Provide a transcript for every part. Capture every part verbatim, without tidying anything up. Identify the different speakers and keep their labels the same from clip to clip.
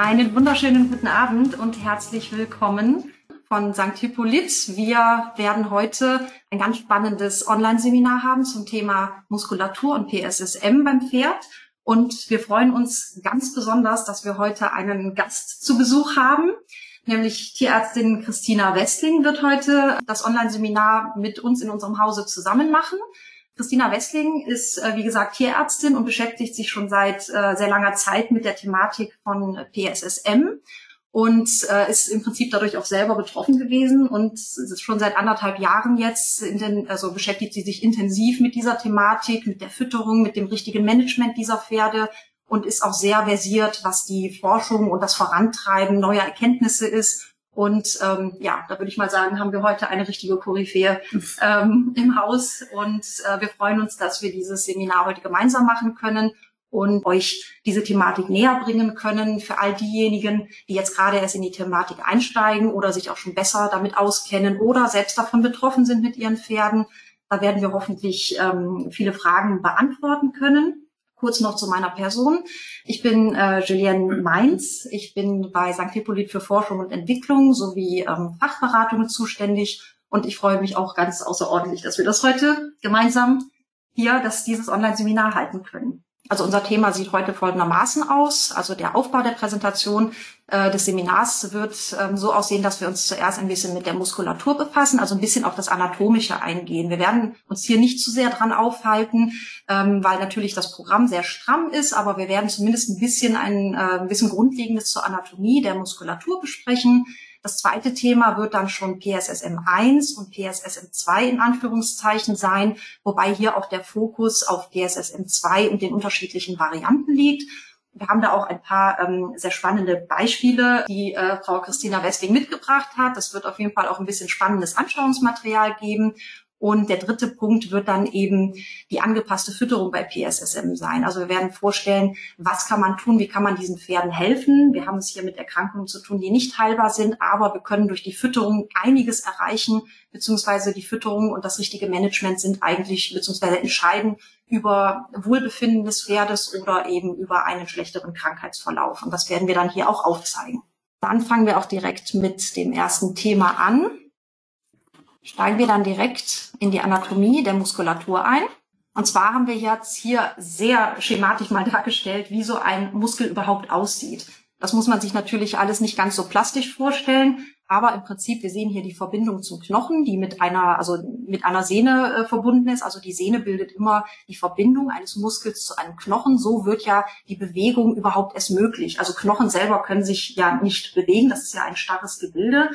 Speaker 1: Einen wunderschönen guten Abend und herzlich willkommen von Sankt Hippolyt. Wir werden heute ein ganz spannendes Online-Seminar haben zum Thema Muskulatur und P S S M beim Pferd. Und wir freuen uns ganz besonders, dass wir heute einen Gast zu Besuch haben, nämlich Tierärztin Christina Wessling wird heute das Online-Seminar mit uns in unserem Hause zusammen machen. Christina Wessling ist, wie gesagt, Tierärztin und beschäftigt sich schon seit äh, sehr langer Zeit mit der Thematik von P S S M und äh, ist im Prinzip dadurch auch selber betroffen gewesen und ist schon seit anderthalb Jahren jetzt, in den, also beschäftigt sie sich intensiv mit dieser Thematik, mit der Fütterung, mit dem richtigen Management dieser Pferde und ist auch sehr versiert, was die Forschung und das Vorantreiben neuer Erkenntnisse ist. Und ähm, ja, da würde ich mal sagen, haben wir heute eine richtige Koryphäe ähm, im Haus. Und äh, wir freuen uns, dass wir dieses Seminar heute gemeinsam machen können und euch diese Thematik näher bringen können. Für all diejenigen, die jetzt gerade erst in die Thematik einsteigen oder sich auch schon besser damit auskennen oder selbst davon betroffen sind mit ihren Pferden. Da werden wir hoffentlich ähm, viele Fragen beantworten können. Kurz noch zu meiner Person. Ich bin äh, Julienne Mainz. Ich bin bei Sankt Hippolyt für Forschung und Entwicklung sowie ähm, Fachberatungen zuständig. Und ich freue mich auch ganz außerordentlich, dass wir das heute gemeinsam hier, dass dieses Online-Seminar halten können. Also unser Thema sieht heute folgendermaßen aus. Also der Aufbau der Präsentation äh, des Seminars wird ähm, so aussehen, dass wir uns zuerst ein bisschen mit der Muskulatur befassen, also ein bisschen auf das Anatomische eingehen. Wir werden uns hier nicht zu sehr dran aufhalten, ähm, weil natürlich das Programm sehr stramm ist, aber wir werden zumindest ein bisschen ein, äh, ein bisschen Grundlegendes zur Anatomie der Muskulatur besprechen. Das zweite Thema wird dann schon P S S M eins und P S S M zwei in Anführungszeichen sein, wobei hier auch der Fokus auf P S S M zwei und den unterschiedlichen Varianten liegt. Wir haben da auch ein paar ähm, sehr spannende Beispiele, die äh, Frau Christina Wessling mitgebracht hat. Das wird auf jeden Fall auch ein bisschen spannendes Anschauungsmaterial geben. Und der dritte Punkt wird dann eben die angepasste Fütterung bei P S S M sein. Also wir werden vorstellen, was kann man tun, wie kann man diesen Pferden helfen. Wir haben es hier mit Erkrankungen zu tun, die nicht heilbar sind, aber wir können durch die Fütterung einiges erreichen, beziehungsweise die Fütterung und das richtige Management sind eigentlich, beziehungsweise entscheiden über Wohlbefinden des Pferdes oder eben über einen schlechteren Krankheitsverlauf. Und das werden wir dann hier auch aufzeigen. Dann fangen wir auch direkt mit dem ersten Thema an. Steigen wir dann direkt in die Anatomie der Muskulatur ein. Und zwar haben wir jetzt hier sehr schematisch mal dargestellt, wie so ein Muskel überhaupt aussieht. Das muss man sich natürlich alles nicht ganz so plastisch vorstellen, aber im Prinzip, wir sehen hier die Verbindung zum Knochen, die mit einer, also mit einer Sehne äh, verbunden ist. Also die Sehne bildet immer die Verbindung eines Muskels zu einem Knochen. So wird ja die Bewegung überhaupt erst möglich. Also Knochen selber können sich ja nicht bewegen, das ist ja ein starres Gebilde.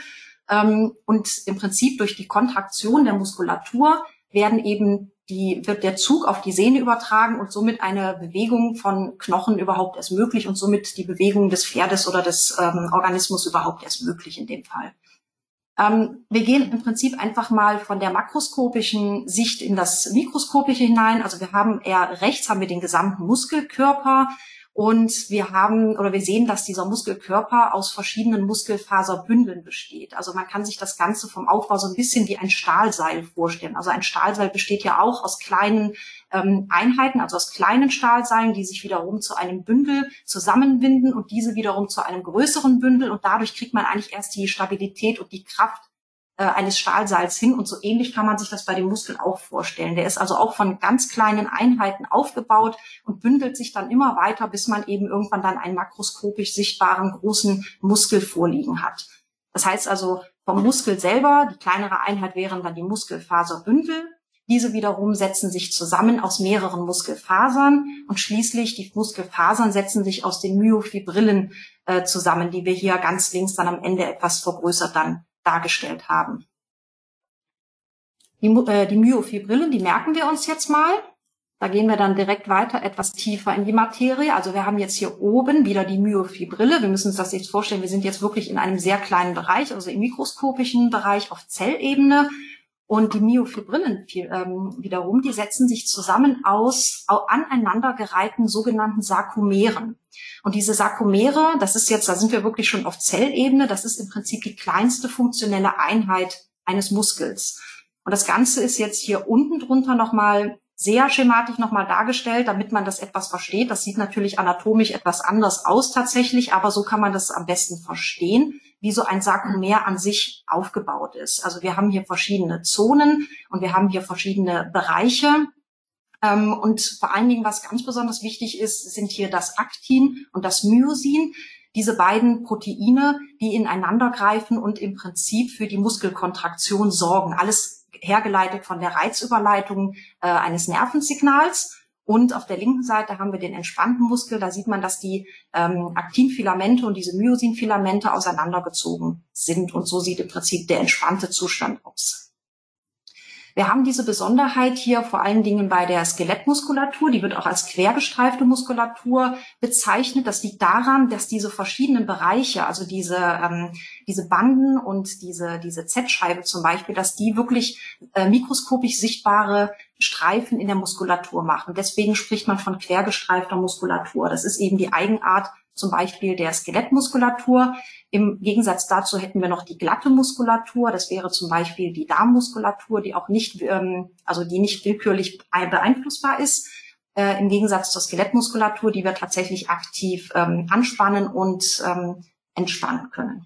Speaker 1: Und im Prinzip durch die Kontraktion der Muskulatur werden eben die, wird der Zug auf die Sehne übertragen und somit eine Bewegung von Knochen überhaupt erst möglich und somit die Bewegung des Pferdes oder des ähm, Organismus überhaupt erst möglich in dem Fall. Ähm, wir gehen im Prinzip einfach mal von der makroskopischen Sicht in das Mikroskopische hinein. Also wir haben eher rechts haben wir den gesamten Muskelkörper. Und wir haben oder wir sehen, dass dieser Muskelkörper aus verschiedenen Muskelfaserbündeln besteht. Also man kann sich das Ganze vom Aufbau so ein bisschen wie ein Stahlseil vorstellen. Also ein Stahlseil besteht ja auch aus kleinen ähm, Einheiten, also aus kleinen Stahlseilen, die sich wiederum zu einem Bündel zusammenbinden und diese wiederum zu einem größeren Bündel. Und dadurch kriegt man eigentlich erst die Stabilität und die Kraft eines Stahlseils hin und so ähnlich kann man sich das bei dem Muskel auch vorstellen. Der ist also auch von ganz kleinen Einheiten aufgebaut und bündelt sich dann immer weiter, bis man eben irgendwann dann einen makroskopisch sichtbaren großen Muskel vorliegen hat. Das heißt also vom Muskel selber, die kleinere Einheit wären dann die Muskelfaserbündel. Diese wiederum setzen sich zusammen aus mehreren Muskelfasern und schließlich die Muskelfasern setzen sich aus den Myofibrillen äh, zusammen, die wir hier ganz links dann am Ende etwas vergrößert dann dargestellt haben. Die, äh, die Myofibrillen, die merken wir uns jetzt mal. Da gehen wir dann direkt weiter, etwas tiefer in die Materie. Also wir haben jetzt hier oben wieder die Myofibrille. Wir müssen uns das jetzt vorstellen, wir sind jetzt wirklich in einem sehr kleinen Bereich, also im mikroskopischen Bereich auf Zellebene. Und die Myofibrillen ähm, wiederum, die setzen sich zusammen aus aneinandergereihten sogenannten Sarkomeren. Und diese Sarkomere, das ist jetzt, da sind wir wirklich schon auf Zellebene, das ist im Prinzip die kleinste funktionelle Einheit eines Muskels. Und das Ganze ist jetzt hier unten drunter nochmal sehr schematisch nochmal dargestellt, damit man das etwas versteht. Das sieht natürlich anatomisch etwas anders aus tatsächlich, aber so kann man das am besten verstehen, wie so ein Sarkomer an sich aufgebaut ist. Also wir haben hier verschiedene Zonen und wir haben hier verschiedene Bereiche. Und vor allen Dingen, was ganz besonders wichtig ist, sind hier das Aktin und das Myosin. Diese beiden Proteine, die ineinander greifen und im Prinzip für die Muskelkontraktion sorgen. Alles hergeleitet von der Reizüberleitung äh, eines Nervensignals. Und auf der linken Seite haben wir den entspannten Muskel. Da sieht man, dass die ähm, Aktinfilamente und diese Myosinfilamente auseinandergezogen sind. Und so sieht im Prinzip der entspannte Zustand aus. Wir haben diese Besonderheit hier vor allen Dingen bei der Skelettmuskulatur. Die wird auch als quergestreifte Muskulatur bezeichnet. Das liegt daran, dass diese verschiedenen Bereiche, also diese ähm, diese Banden und diese diese Z-Scheibe zum Beispiel, dass die wirklich äh, mikroskopisch sichtbare Streifen in der Muskulatur machen. Deswegen spricht man von quergestreifter Muskulatur. Das ist eben die Eigenart zum Beispiel der Skelettmuskulatur. Im Gegensatz dazu hätten wir noch die glatte Muskulatur. Das wäre zum Beispiel die Darmmuskulatur, die auch nicht, ähm, also die nicht willkürlich beeinflussbar ist. Äh, im Gegensatz zur Skelettmuskulatur, die wir tatsächlich aktiv ähm, anspannen und ähm, entspannen können.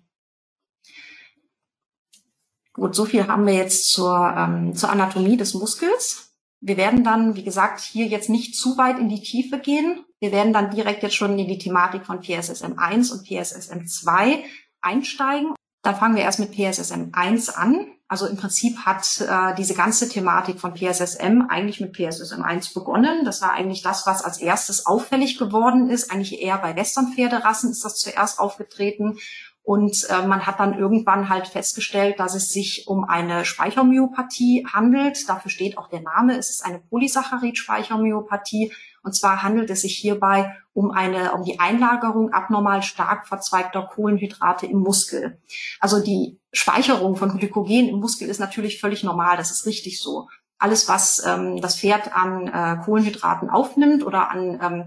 Speaker 1: Gut, so viel haben wir jetzt zur, ähm, zur Anatomie des Muskels. Wir werden dann, wie gesagt, hier jetzt nicht zu weit in die Tiefe gehen. Wir werden dann direkt jetzt schon in die Thematik von P S S M eins und P S S M zwei einsteigen. Dann fangen wir erst mit P S S M eins an. Also im Prinzip hat äh, diese ganze Thematik von P S S M eigentlich mit P S S M eins begonnen. Das war eigentlich das, was als erstes auffällig geworden ist. Eigentlich eher bei Westernpferderassen ist das zuerst aufgetreten. Und äh, man hat dann irgendwann halt festgestellt, dass es sich um eine Speichermyopathie handelt. Dafür steht auch der Name. Es ist eine Polysaccharid-Speichermyopathie. Und zwar handelt es sich hierbei um eine, um die Einlagerung abnormal stark verzweigter Kohlenhydrate im Muskel. Also die Speicherung von Glykogen im Muskel ist natürlich völlig normal. Das ist richtig so. Alles, was ähm, das Pferd an äh, Kohlenhydraten aufnimmt oder an ähm,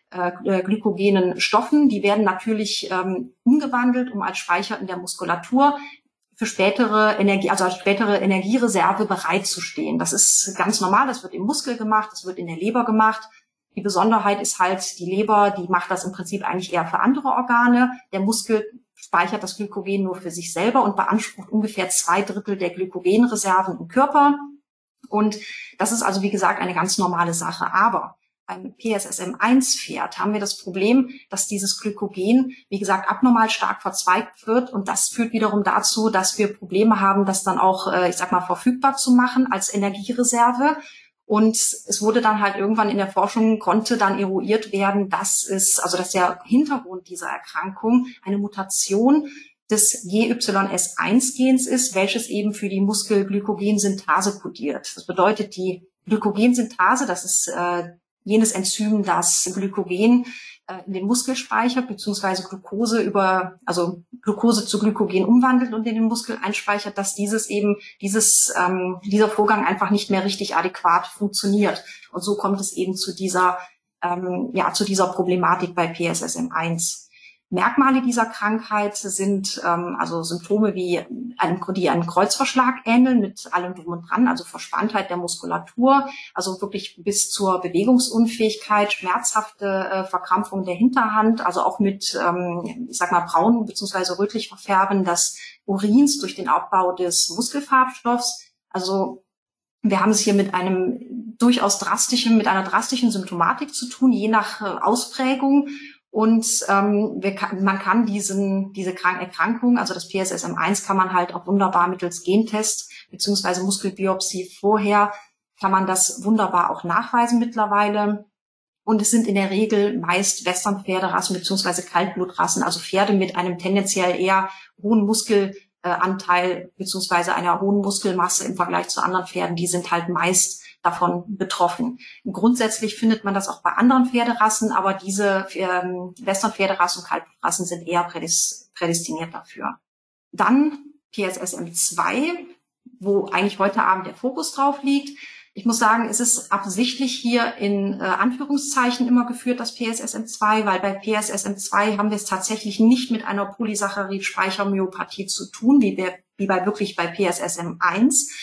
Speaker 1: äh, glykogenen Stoffen, die werden natürlich ähm, umgewandelt, um als Speicher in der Muskulatur für spätere Energie, also als spätere Energiereserve bereitzustehen. Das ist ganz normal. Das wird im Muskel gemacht, das wird in der Leber gemacht. Die Besonderheit ist halt, die Leber, die macht das im Prinzip eigentlich eher für andere Organe. Der Muskel speichert das Glykogen nur für sich selber und beansprucht ungefähr zwei Drittel der Glykogenreserven im Körper. Und das ist also, wie gesagt, eine ganz normale Sache. Aber beim P S S M eins Pferd haben wir das Problem, dass dieses Glykogen, wie gesagt, abnormal stark verzweigt wird. Und das führt wiederum dazu, dass wir Probleme haben, das dann auch, ich sag mal, verfügbar zu machen als Energiereserve. Und es wurde dann halt irgendwann in der Forschung, konnte dann eruiert werden, dass es, also dass der Hintergrund dieser Erkrankung eine Mutation des G Y S eins Gens ist, welches eben für die Muskelglykogensynthase kodiert. Das bedeutet, die Glykogensynthase, das ist äh, jenes Enzym, das Glykogen äh, in den Muskel speichert, beziehungsweise Glucose über, also Glucose zu Glykogen umwandelt und in den Muskel einspeichert, dass dieses eben, dieses, ähm, dieser Vorgang einfach nicht mehr richtig adäquat funktioniert. Und so kommt es eben zu dieser, ähm, ja, zu dieser Problematik bei P S S M eins. Merkmale dieser Krankheit sind ähm, also Symptome wie einem, die einem Kreuzverschlag ähneln mit allem drum und dran, also Verspanntheit der Muskulatur, also wirklich bis zur Bewegungsunfähigkeit, schmerzhafte äh, Verkrampfung der Hinterhand, also auch mit, ähm, ich sag mal, braun bzw. rötlich Verfärben des Urins durch den Abbau des Muskelfarbstoffs. Also wir haben es hier mit einem durchaus drastischen, mit einer drastischen Symptomatik zu tun, je nach äh, Ausprägung. Und ähm, wir kann, man kann diesen, diese Krank Erkrankung, also das P S S M eins, kann man halt auch wunderbar mittels Gentest beziehungsweise Muskelbiopsie vorher, kann man das wunderbar auch nachweisen mittlerweile. Und es sind in der Regel meist Westernpferderassen beziehungsweise Kaltblutrassen, also Pferde mit einem tendenziell eher hohen Muskelanteil beziehungsweise einer hohen Muskelmasse im Vergleich zu anderen Pferden, die sind halt meist davon betroffen. Grundsätzlich findet man das auch bei anderen Pferderassen, aber diese ähm, Western-Pferderassen und Kaltblutrassen sind eher prädis prädestiniert dafür. Dann P S S M zwei, wo eigentlich heute Abend der Fokus drauf liegt. Ich muss sagen, es ist absichtlich hier in äh, Anführungszeichen immer geführt, das P S S M zwei, weil bei P S S M zwei haben wir es tatsächlich nicht mit einer Polysaccharid-Speichermyopathie zu tun, wie, wir, wie bei wirklich bei P S S M eins.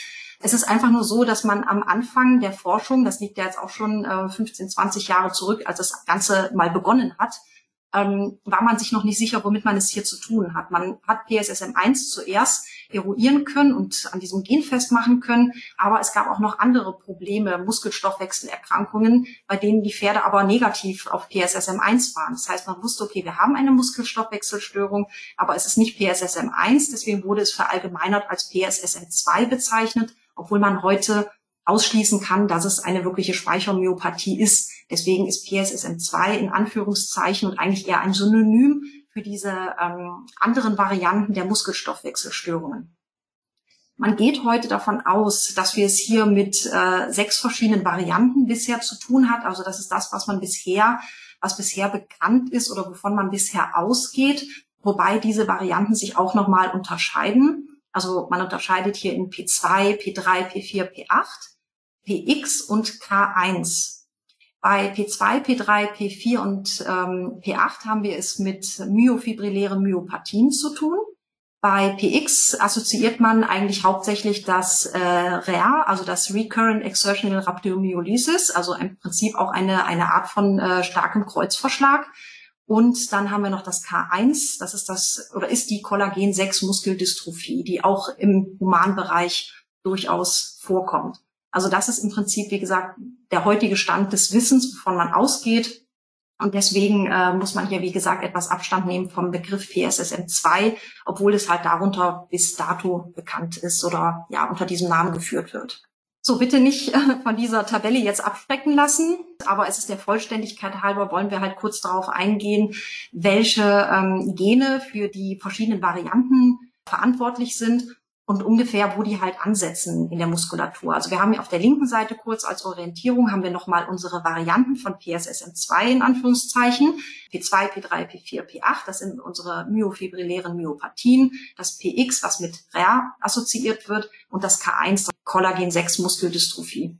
Speaker 1: Es ist einfach nur so, dass man am Anfang der Forschung, das liegt ja jetzt auch schon äh, fünfzehn, zwanzig Jahre zurück, als das Ganze mal begonnen hat, ähm, war man sich noch nicht sicher, womit man es hier zu tun hat. Man hat P S S M eins zuerst eruieren können und an diesem Gen festmachen können, aber es gab auch noch andere Probleme, Muskelstoffwechselerkrankungen, bei denen die Pferde aber negativ auf P S S M eins waren. Das heißt, man wusste, okay, wir haben eine Muskelstoffwechselstörung, aber es ist nicht P S S M eins, deswegen wurde es verallgemeinert als P S S M zwei bezeichnet, obwohl man heute ausschließen kann, dass es eine wirkliche Speichermyopathie ist. Deswegen ist P S S M zwei in Anführungszeichen und eigentlich eher ein Synonym für diese ähm, anderen Varianten der Muskelstoffwechselstörungen. Man geht heute davon aus, dass wir es hier mit äh, sechs verschiedenen Varianten bisher zu tun hat. Also das ist das, was man bisher, was bisher bekannt ist oder wovon man bisher ausgeht, wobei diese Varianten sich auch nochmal unterscheiden. Also man unterscheidet hier in P zwei, P drei, P vier, P acht, P X und K eins. Bei P zwei, P drei, P vier und ähm, P acht haben wir es mit myofibrillären Myopathien zu tun. Bei P X assoziiert man eigentlich hauptsächlich das äh, R E R, also das Recurrent Exertional Rhabdomyolysis, also im Prinzip auch eine, eine Art von äh, starkem Kreuzverschlag. Und dann haben wir noch das K eins, das ist das oder ist die Kollagen sechs Muskeldystrophie, die auch im Humanbereich durchaus vorkommt. Also das ist im Prinzip, wie gesagt, der heutige Stand des Wissens, wovon man ausgeht. Und deswegen äh, muss man hier, wie gesagt, etwas Abstand nehmen vom Begriff P S S M zwei, obwohl es halt darunter bis dato bekannt ist oder ja unter diesem Namen geführt wird. So, bitte nicht äh, von dieser Tabelle jetzt abschrecken lassen, aber es ist der Vollständigkeit halber, wollen wir halt kurz darauf eingehen, welche ähm, Gene für die verschiedenen Varianten verantwortlich sind und ungefähr, wo die halt ansetzen in der Muskulatur. Also wir haben hier auf der linken Seite kurz als Orientierung haben wir nochmal unsere Varianten von P S S M zwei in Anführungszeichen. P zwei, P drei, P vier, P acht, das sind unsere myofibrillären Myopathien. Das P X, was mit R E R assoziiert wird und das K eins, das Kollagen sechs Muskeldystrophie.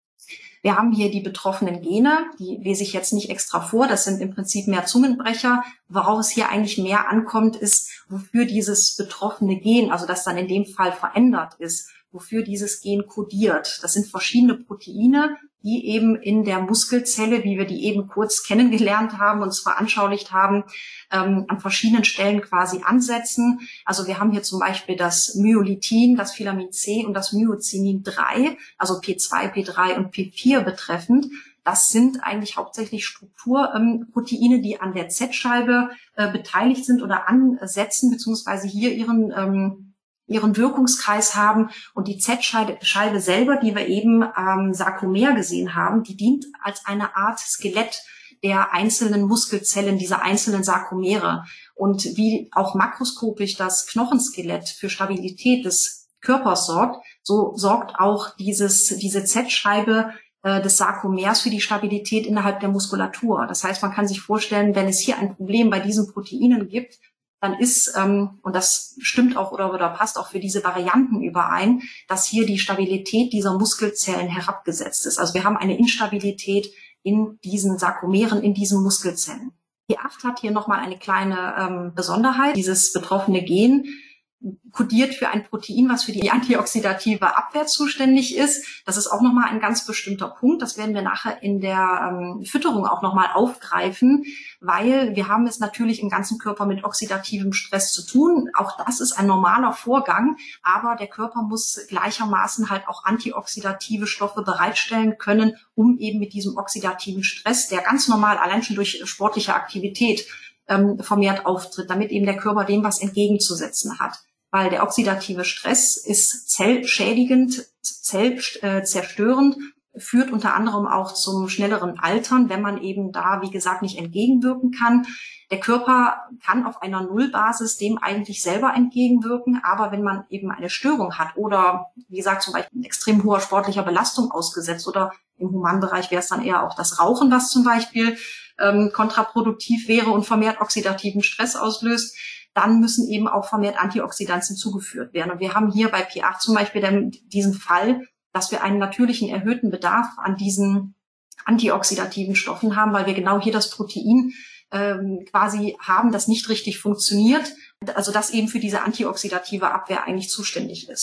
Speaker 1: Wir haben hier die betroffenen Gene, die lese ich jetzt nicht extra vor, das sind im Prinzip mehr Zungenbrecher. Worauf es hier eigentlich mehr ankommt, ist, wofür dieses betroffene Gen, also das dann in dem Fall verändert ist, wofür dieses Gen kodiert. Das sind verschiedene Proteine, die eben in der Muskelzelle, wie wir die eben kurz kennengelernt haben und zwar veranschaulicht haben, ähm, an verschiedenen Stellen quasi ansetzen. Also wir haben hier zum Beispiel das Myolithin, das Filamin C und das Myocinin drei, also P zwei, P drei und P vier betreffend. Das sind eigentlich hauptsächlich Strukturproteine, ähm, die an der Z-Scheibe äh, beteiligt sind oder ansetzen, beziehungsweise hier ihren ähm, ihren Wirkungskreis haben. Und die Z-Scheibe Scheibe selber, die wir eben ähm, Sarkomer gesehen haben, die dient als eine Art Skelett der einzelnen Muskelzellen, dieser einzelnen Sarkomere. Und wie auch makroskopisch das Knochenskelett für Stabilität des Körpers sorgt, so sorgt auch dieses diese Z-Scheibe äh, des Sarkomers für die Stabilität innerhalb der Muskulatur. Das heißt, man kann sich vorstellen, wenn es hier ein Problem bei diesen Proteinen gibt, dann ist, ähm, und das stimmt auch oder, oder passt auch für diese Varianten überein, dass hier die Stabilität dieser Muskelzellen herabgesetzt ist. Also wir haben eine Instabilität in diesen Sarkomeren, in diesen Muskelzellen. P acht hat hier nochmal eine kleine ähm, Besonderheit. Dieses betroffene Gen kodiert für ein Protein, was für die antioxidative Abwehr zuständig ist. Das ist auch nochmal ein ganz bestimmter Punkt. Das werden wir nachher in der ähm, Fütterung auch nochmal aufgreifen, weil wir haben es natürlich im ganzen Körper mit oxidativem Stress zu tun. Auch das ist ein normaler Vorgang, aber der Körper muss gleichermaßen halt auch antioxidative Stoffe bereitstellen können, um eben mit diesem oxidativen Stress, der ganz normal allein schon durch sportliche Aktivität ähm, vermehrt auftritt, damit eben der Körper dem was entgegenzusetzen hat. Weil der oxidative Stress ist zellschädigend, zellzerstörend, führt unter anderem auch zum schnelleren Altern, wenn man eben da, wie gesagt, nicht entgegenwirken kann. Der Körper kann auf einer Nullbasis dem eigentlich selber entgegenwirken, aber wenn man eben eine Störung hat oder, wie gesagt, zum Beispiel extrem hoher sportlicher Belastung ausgesetzt oder im Humanbereich wäre es dann eher auch das Rauchen, was zum Beispiel ähm, kontraproduktiv wäre und vermehrt oxidativen Stress auslöst, dann müssen eben auch vermehrt Antioxidantien zugeführt werden. Und wir haben hier bei P acht zum Beispiel den, diesen Fall, dass wir einen natürlichen erhöhten Bedarf an diesen antioxidativen Stoffen haben, weil wir genau hier das Protein ähm, quasi haben, das nicht richtig funktioniert, also das eben für diese antioxidative Abwehr eigentlich zuständig ist.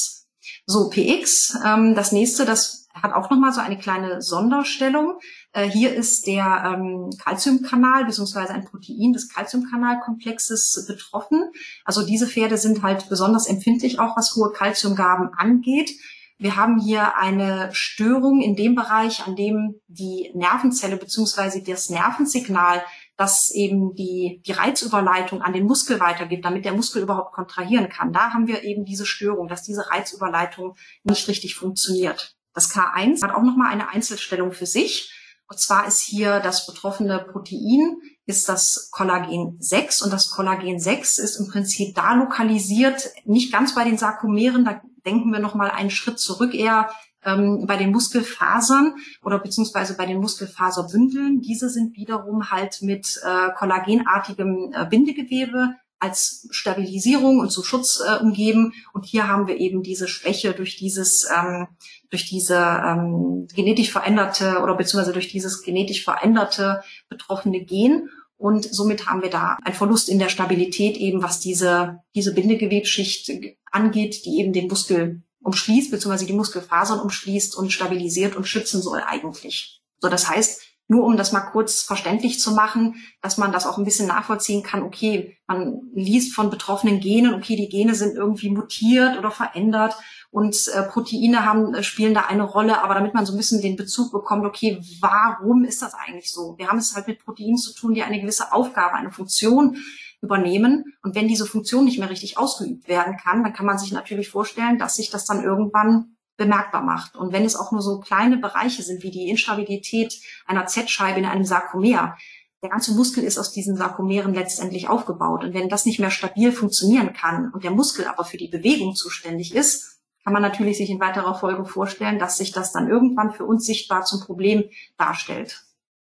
Speaker 1: So, P X, ähm, das nächste, das hat auch nochmal so eine kleine Sonderstellung. Äh, hier ist der ähm, Calciumkanal beziehungsweise ein Protein des Calciumkanalkomplexes betroffen. Also diese Pferde sind halt besonders empfindlich, auch was hohe Calciumgaben angeht. Wir haben hier eine Störung in dem Bereich, an dem die Nervenzelle beziehungsweise das Nervensignal, das eben die, die Reizüberleitung an den Muskel weitergibt, damit der Muskel überhaupt kontrahieren kann. Da haben wir eben diese Störung, dass diese Reizüberleitung nicht richtig funktioniert. Das K eins hat auch nochmal eine Einzelstellung für sich. Und zwar ist hier das betroffene Protein, ist das Collagen sechs. Und das Collagen sechs ist im Prinzip da lokalisiert, nicht ganz bei den Sarkomeren, da denken wir nochmal einen Schritt zurück, eher ähm, bei den Muskelfasern oder beziehungsweise bei den Muskelfaserbündeln. Diese sind wiederum halt mit äh, kollagenartigem äh, Bindegewebe als Stabilisierung und zu Schutz äh, umgeben. Und hier haben wir eben diese Schwäche durch dieses, ähm, durch diese ähm, genetisch veränderte oder beziehungsweise durch dieses genetisch veränderte betroffene Gen. Und somit haben wir da einen Verlust in der Stabilität eben, was diese, diese Bindegewebsschicht angeht, die eben den Muskel umschließt, beziehungsweise die Muskelfasern umschließt und stabilisiert und schützen soll eigentlich. So, das heißt, nur um das mal kurz verständlich zu machen, dass man das auch ein bisschen nachvollziehen kann, okay, man liest von betroffenen Genen, okay, die Gene sind irgendwie mutiert oder verändert und äh, Proteine haben, spielen da eine Rolle, aber damit man so ein bisschen den Bezug bekommt, okay, warum ist das eigentlich so? Wir haben es halt mit Proteinen zu tun, die eine gewisse Aufgabe, eine Funktion übernehmen. Und wenn diese Funktion nicht mehr richtig ausgeübt werden kann, dann kann man sich natürlich vorstellen, dass sich das dann irgendwann bemerkbar macht. Und wenn es auch nur so kleine Bereiche sind, wie die Instabilität einer Z-Scheibe in einem Sarkomer, der ganze Muskel ist aus diesen Sarkomeren letztendlich aufgebaut. Und wenn das nicht mehr stabil funktionieren kann und der Muskel aber für die Bewegung zuständig ist, kann man natürlich sich in weiterer Folge vorstellen, dass sich das dann irgendwann für uns sichtbar zum Problem darstellt.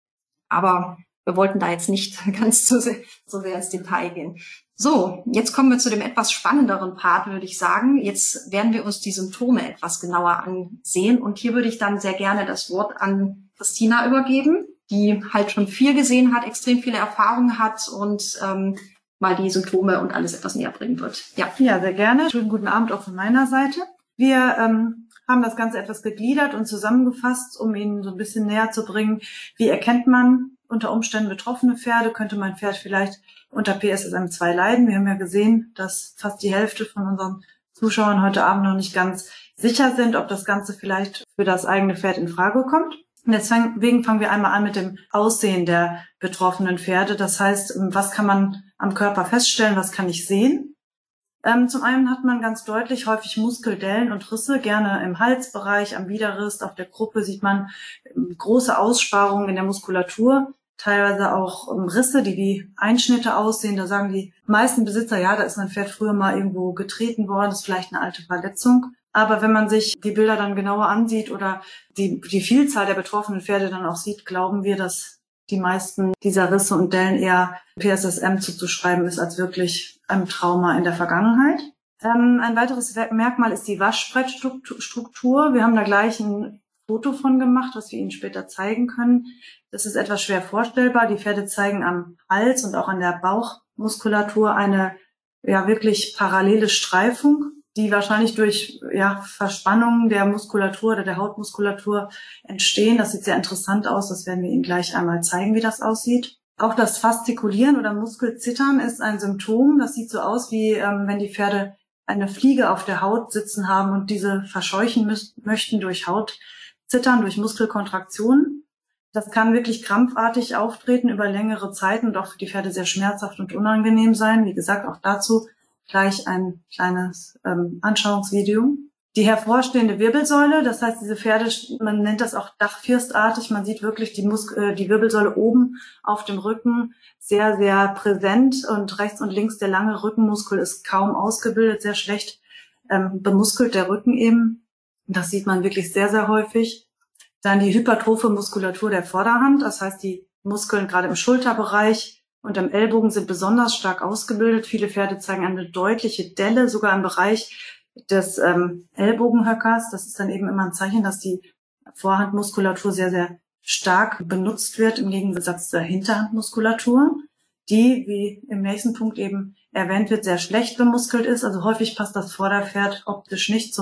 Speaker 1: Aber wir wollten da jetzt nicht ganz so sehr, so sehr ins Detail gehen. So, jetzt kommen wir zu dem etwas spannenderen Part, würde ich sagen. Jetzt werden wir uns die Symptome etwas genauer ansehen. Und hier würde ich dann sehr gerne das Wort an Christina übergeben, die halt schon viel gesehen hat, extrem viele Erfahrungen hat und ähm, mal die Symptome und alles etwas näher bringen wird.
Speaker 2: Ja, ja, sehr gerne. Schönen guten Abend auch von meiner Seite. Wir ähm, haben das Ganze etwas gegliedert und zusammengefasst, um Ihnen so ein bisschen näher zu bringen, wie erkennt man unter Umständen betroffene Pferde, könnte mein Pferd vielleicht unter P S S M zwei leiden. Wir haben ja gesehen, dass fast die Hälfte von unseren Zuschauern heute Abend noch nicht ganz sicher sind, ob das Ganze vielleicht für das eigene Pferd in Frage kommt. Und deswegen fangen wir einmal an mit dem Aussehen der betroffenen Pferde. Das heißt, was kann man am Körper feststellen, was kann ich sehen? Ähm, zum einen hat man ganz deutlich häufig Muskeldellen und Risse, gerne im Halsbereich, am Widerrist, auf der Kruppe sieht man ähm, große Aussparungen in der Muskulatur. Teilweise auch um, Risse, die wie Einschnitte aussehen. Da sagen die meisten Besitzer, ja, da ist mein Pferd früher mal irgendwo getreten worden, das ist vielleicht eine alte Verletzung. Aber wenn man sich die Bilder dann genauer ansieht oder die, die Vielzahl der betroffenen Pferde dann auch sieht, glauben wir, dass die meisten dieser Risse und Dellen eher P S S M zuzuschreiben ist, als wirklich einem Trauma in der Vergangenheit. Ähm, ein weiteres Merkmal ist die Waschbrettstruktur. Wir haben da gleich ein Foto von gemacht, was wir Ihnen später zeigen können. Das ist etwas schwer vorstellbar. Die Pferde zeigen am Hals und auch an der Bauchmuskulatur eine ja wirklich parallele Streifung, die wahrscheinlich durch ja Verspannungen der Muskulatur oder der Hautmuskulatur entstehen. Das sieht sehr interessant aus. Das werden wir Ihnen gleich einmal zeigen, wie das aussieht. Auch das Faszikulieren oder Muskelzittern ist ein Symptom. Das sieht so aus, wie ähm, wenn die Pferde eine Fliege auf der Haut sitzen haben und diese verscheuchen möchten durch Hautzittern, durch Muskelkontraktionen. Das kann wirklich krampfartig auftreten über längere Zeit und auch für die Pferde sehr schmerzhaft und unangenehm sein. Wie gesagt, auch dazu gleich ein kleines ähm, Anschauungsvideo. Die hervorstehende Wirbelsäule, das heißt, diese Pferde, man nennt das auch dachfirstartig, man sieht wirklich die, Mus äh, die Wirbelsäule oben auf dem Rücken sehr, sehr präsent und rechts und links der lange Rückenmuskel ist kaum ausgebildet, sehr schlecht ähm, bemuskelt, der Rücken eben. Das sieht man wirklich sehr, sehr häufig. Dann die hypertrophe Muskulatur der Vorderhand, das heißt, die Muskeln gerade im Schulterbereich und am Ellbogen sind besonders stark ausgebildet. Viele Pferde zeigen eine deutliche Delle, sogar im Bereich des ähm, Ellbogenhöckers. Das ist dann eben immer ein Zeichen, dass die Vorhandmuskulatur sehr, sehr stark benutzt wird, im Gegensatz zur Hinterhandmuskulatur, die, wie im nächsten Punkt eben erwähnt wird, sehr schlecht bemuskelt ist. Also häufig passt das Vorderpferd optisch nicht zum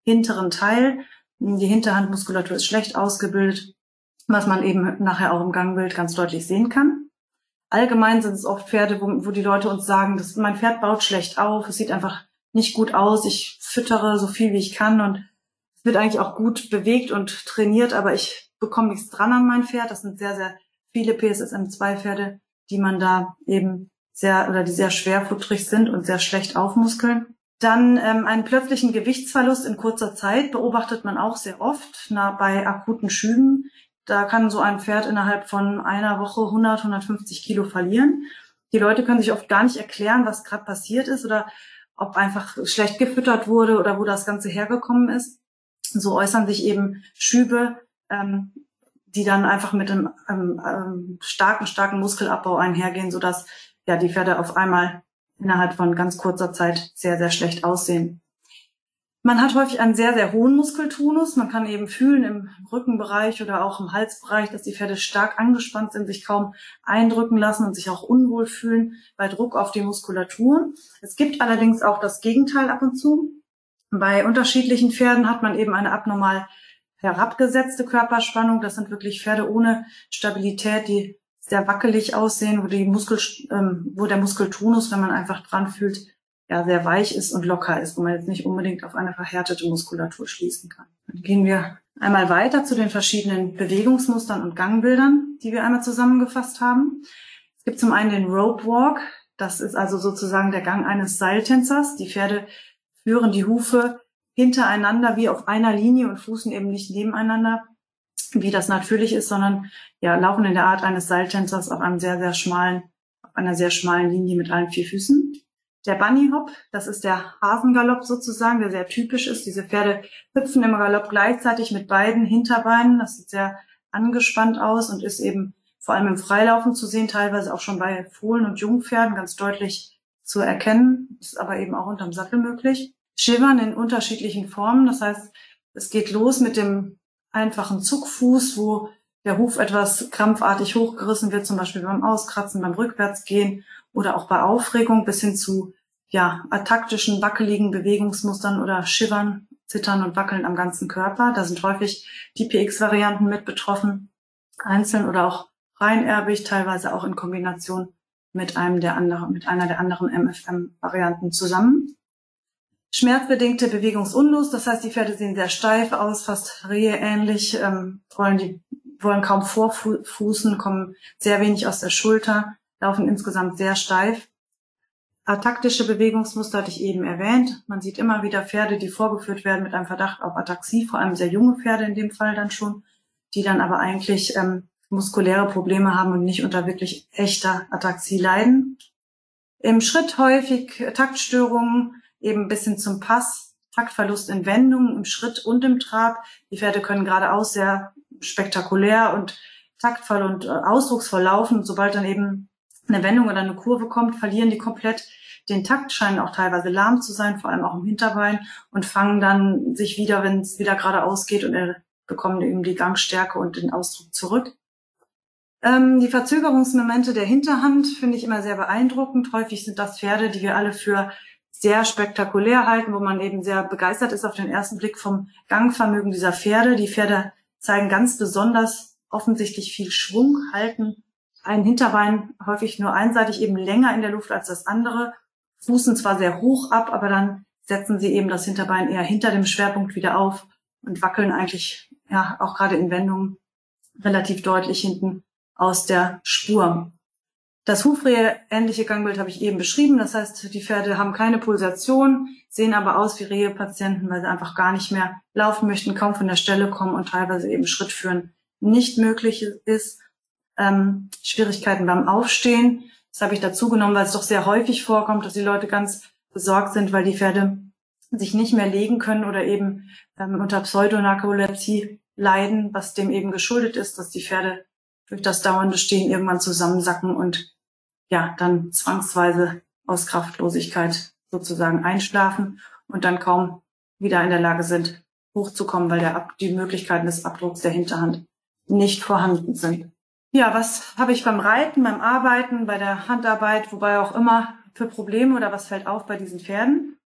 Speaker 2: hinteren Teil. Die Hinterhandmuskulatur ist schlecht ausgebildet, was man eben nachher auch im Gangbild ganz deutlich sehen kann. Allgemein sind es oft Pferde, wo, wo die Leute uns sagen, dass mein Pferd baut schlecht auf, es sieht einfach nicht gut aus, ich füttere so viel wie ich kann und es wird eigentlich auch gut bewegt und trainiert, aber ich bekomme nichts dran an mein Pferd. Das sind sehr, sehr viele P S S M zwei Pferde, die man da eben sehr oder die sehr schwerfutterig sind und sehr schlecht aufmuskeln. Dann ähm, einen plötzlichen Gewichtsverlust in kurzer Zeit beobachtet man auch sehr oft na, bei akuten Schüben. Da kann so ein Pferd innerhalb von einer Woche hundert, hundertfünfzig Kilo verlieren. Die Leute können sich oft gar nicht erklären, was gerade passiert ist oder ob einfach schlecht gefüttert wurde oder wo das Ganze hergekommen ist. So äußern sich eben Schübe, ähm, die dann einfach mit einem ähm, ähm, starken, starken Muskelabbau einhergehen, sodass ja die Pferde auf einmal innerhalb von ganz kurzer Zeit sehr, sehr schlecht aussehen. Man hat häufig einen sehr, sehr hohen Muskeltonus. Man kann eben fühlen im Rückenbereich oder auch im Halsbereich, dass die Pferde stark angespannt sind, sich kaum eindrücken lassen und sich auch unwohl fühlen bei Druck auf die Muskulatur. Es gibt allerdings auch das Gegenteil ab und zu. Bei unterschiedlichen Pferden hat man eben eine abnormal herabgesetzte Körperspannung. Das sind wirklich Pferde ohne Stabilität, die sehr wackelig aussehen, wo die Muskel, ähm, wo der Muskeltonus, wenn man einfach dran fühlt, ja sehr weich ist und locker ist, wo man jetzt nicht unbedingt auf eine verhärtete Muskulatur schließen kann. Dann gehen wir einmal weiter zu den verschiedenen Bewegungsmustern und Gangbildern, die wir einmal zusammengefasst haben. Es gibt zum einen den Rope Walk. Das ist also sozusagen der Gang eines Seiltänzers. Die Pferde führen die Hufe hintereinander wie auf einer Linie und fußen eben nicht nebeneinander, wie das natürlich ist, sondern ja laufen in der Art eines Seiltänzers auf einem sehr, sehr schmalen, auf einer sehr schmalen Linie mit allen vier Füßen. Der Bunny Hop, das ist der Hasengalopp sozusagen, der sehr typisch ist. Diese Pferde hüpfen im Galopp gleichzeitig mit beiden Hinterbeinen. Das sieht sehr angespannt aus und ist eben vor allem im Freilaufen zu sehen, teilweise auch schon bei Fohlen und Jungpferden ganz deutlich zu erkennen, ist aber eben auch unterm Sattel möglich. Shivern in unterschiedlichen Formen, das heißt, es geht los mit dem einfachen Zuckfuß, wo der Huf etwas krampfartig hochgerissen wird, zum Beispiel beim Auskratzen, beim Rückwärtsgehen oder auch bei Aufregung, bis hin zu ja ataktischen, wackeligen Bewegungsmustern oder Shivern, Zittern und Wackeln am ganzen Körper. Da sind häufig die P X-Varianten mit betroffen, einzeln oder auch reinerbig, teilweise auch in Kombination mit einem der anderen, mit einer der anderen M F M-Varianten zusammen. Schmerzbedingte Bewegungsunlust, das heißt, die Pferde sehen sehr steif aus, fast reheähnlich, ähm, wollen die wollen kaum vorfußen, kommen sehr wenig aus der Schulter, laufen insgesamt sehr steif. Ataktische Bewegungsmuster hatte ich eben erwähnt. Man sieht immer wieder Pferde, die vorgeführt werden mit einem Verdacht auf Ataxie, vor allem sehr junge Pferde in dem Fall dann schon, die dann aber eigentlich ähm, muskuläre Probleme haben und nicht unter wirklich echter Ataxie leiden. Im Schritt häufig Taktstörungen, eben bis hin zum Pass, Taktverlust in Wendungen, im Schritt und im Trab. Die Pferde können geradeaus sehr spektakulär und taktvoll und äh, ausdrucksvoll laufen. Und sobald dann eben eine Wendung oder eine Kurve kommt, verlieren die komplett den Takt, scheinen auch teilweise lahm zu sein, vor allem auch im Hinterbein, und fangen dann sich wieder, wenn es wieder geradeaus geht, und er bekommen eben die Gangstärke und den Ausdruck zurück. Ähm, die Verzögerungsmomente der Hinterhand finde ich immer sehr beeindruckend. Häufig sind das Pferde, die wir alle für sehr spektakulär halten, wo man eben sehr begeistert ist auf den ersten Blick vom Gangvermögen dieser Pferde. Die Pferde zeigen ganz besonders offensichtlich viel Schwung, halten ein Hinterbein häufig nur einseitig eben länger in der Luft als das andere, fußen zwar sehr hoch ab, aber dann setzen sie eben das Hinterbein eher hinter dem Schwerpunkt wieder auf und wackeln eigentlich ja auch gerade in Wendungen relativ deutlich hinten aus der Spur. Das Hufrehe-ähnliche Gangbild habe ich eben beschrieben. Das heißt, die Pferde haben keine Pulsation, sehen aber aus wie Rehepatienten, weil sie einfach gar nicht mehr laufen möchten, kaum von der Stelle kommen und teilweise eben Schritt führen nicht möglich ist. Ähm, Schwierigkeiten beim Aufstehen. Das habe ich dazu genommen, weil es doch sehr häufig vorkommt, dass die Leute ganz besorgt sind, weil die Pferde sich nicht mehr legen können oder eben ähm, unter Pseudonarkolepsie leiden, was dem eben geschuldet ist, dass die Pferde durch das dauernde Stehen irgendwann zusammensacken und ja, dann zwangsweise aus Kraftlosigkeit sozusagen einschlafen und dann kaum wieder in der Lage sind, hochzukommen, weil der Ab- die Möglichkeiten des Abdrucks der Hinterhand nicht vorhanden sind. Ja, was habe ich beim Reiten, beim Arbeiten, bei der Handarbeit, wobei auch immer für Probleme oder was fällt auf bei diesen Pferden?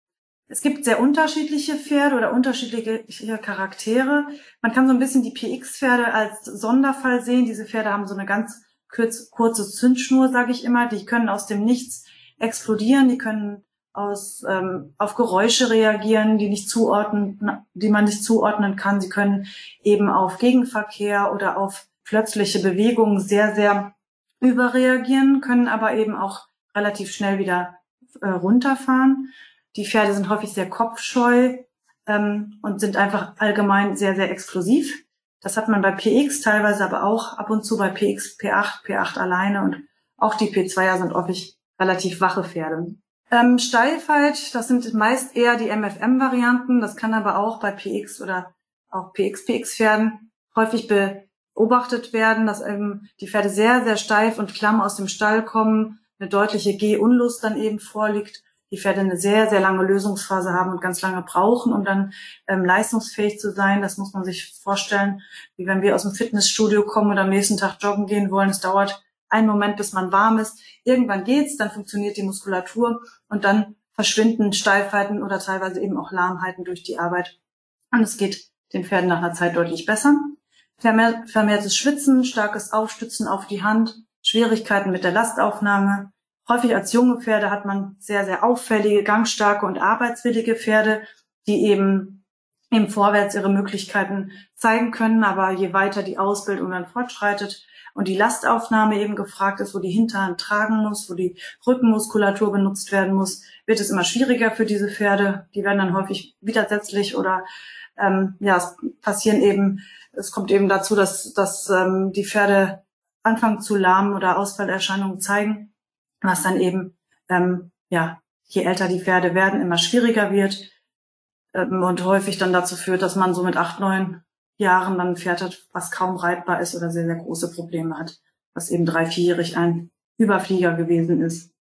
Speaker 2: Es gibt sehr unterschiedliche Pferde oder unterschiedliche Charaktere. Man kann so ein bisschen die P X-Pferde als Sonderfall sehen. Diese Pferde haben so eine ganz kurz, kurze Zündschnur, sage ich immer. Die können aus dem Nichts explodieren. Die können aus ähm, auf Geräusche reagieren, die nicht zuordnen, die man nicht zuordnen kann. Sie können eben auf Gegenverkehr oder auf plötzliche Bewegungen sehr, sehr überreagieren, können aber eben auch relativ schnell wieder äh, runterfahren. Die Pferde sind häufig sehr kopfscheu ähm, und sind einfach allgemein sehr, sehr explosiv. Das hat man bei P X teilweise, aber auch ab und zu bei P X, P acht, P acht alleine und auch die P zweier sind häufig relativ wache Pferde. Ähm, Steifheit, das sind meist eher die M F M-Varianten. Das kann aber auch bei P X oder auch P X P X-Pferden häufig beobachtet werden, dass eben die Pferde sehr, sehr steif und klamm aus dem Stall kommen, eine deutliche Gehunlust dann eben vorliegt. Die Pferde eine sehr, sehr lange Lösungsphase haben und ganz lange brauchen, um dann ähm, leistungsfähig zu sein. Das muss man sich vorstellen, wie wenn wir aus dem Fitnessstudio kommen und am nächsten Tag joggen gehen wollen. Es dauert einen Moment, bis man warm ist. Irgendwann geht's, dann funktioniert die Muskulatur und dann verschwinden Steifheiten oder teilweise eben auch Lahmheiten durch die Arbeit. Und es geht den Pferden nach einer Zeit deutlich besser. Vermehr, vermehrtes Schwitzen, starkes Aufstützen auf die Hand, Schwierigkeiten mit der Lastaufnahme. Häufig als junge Pferde hat man sehr, sehr auffällige, gangstarke und arbeitswillige Pferde, die eben im Vorwärts ihre Möglichkeiten zeigen können. Aber je weiter die Ausbildung dann fortschreitet und die Lastaufnahme eben gefragt ist, wo die Hinterhand tragen muss, wo die Rückenmuskulatur benutzt werden muss, wird es immer schwieriger für diese Pferde. Die werden dann häufig widersetzlich oder ähm, ja, es passieren eben, es kommt eben dazu, dass, dass ähm, die Pferde anfangen zu lahmen oder Ausfallerscheinungen zeigen, was dann eben, ähm, ja, je älter die Pferde werden, immer schwieriger wird ähm, und häufig dann dazu führt, dass man so mit acht, neun Jahren dann ein Pferd hat, was kaum reitbar ist oder sehr, sehr große Probleme hat, was eben drei-, vierjährig ein Überflieger gewesen ist.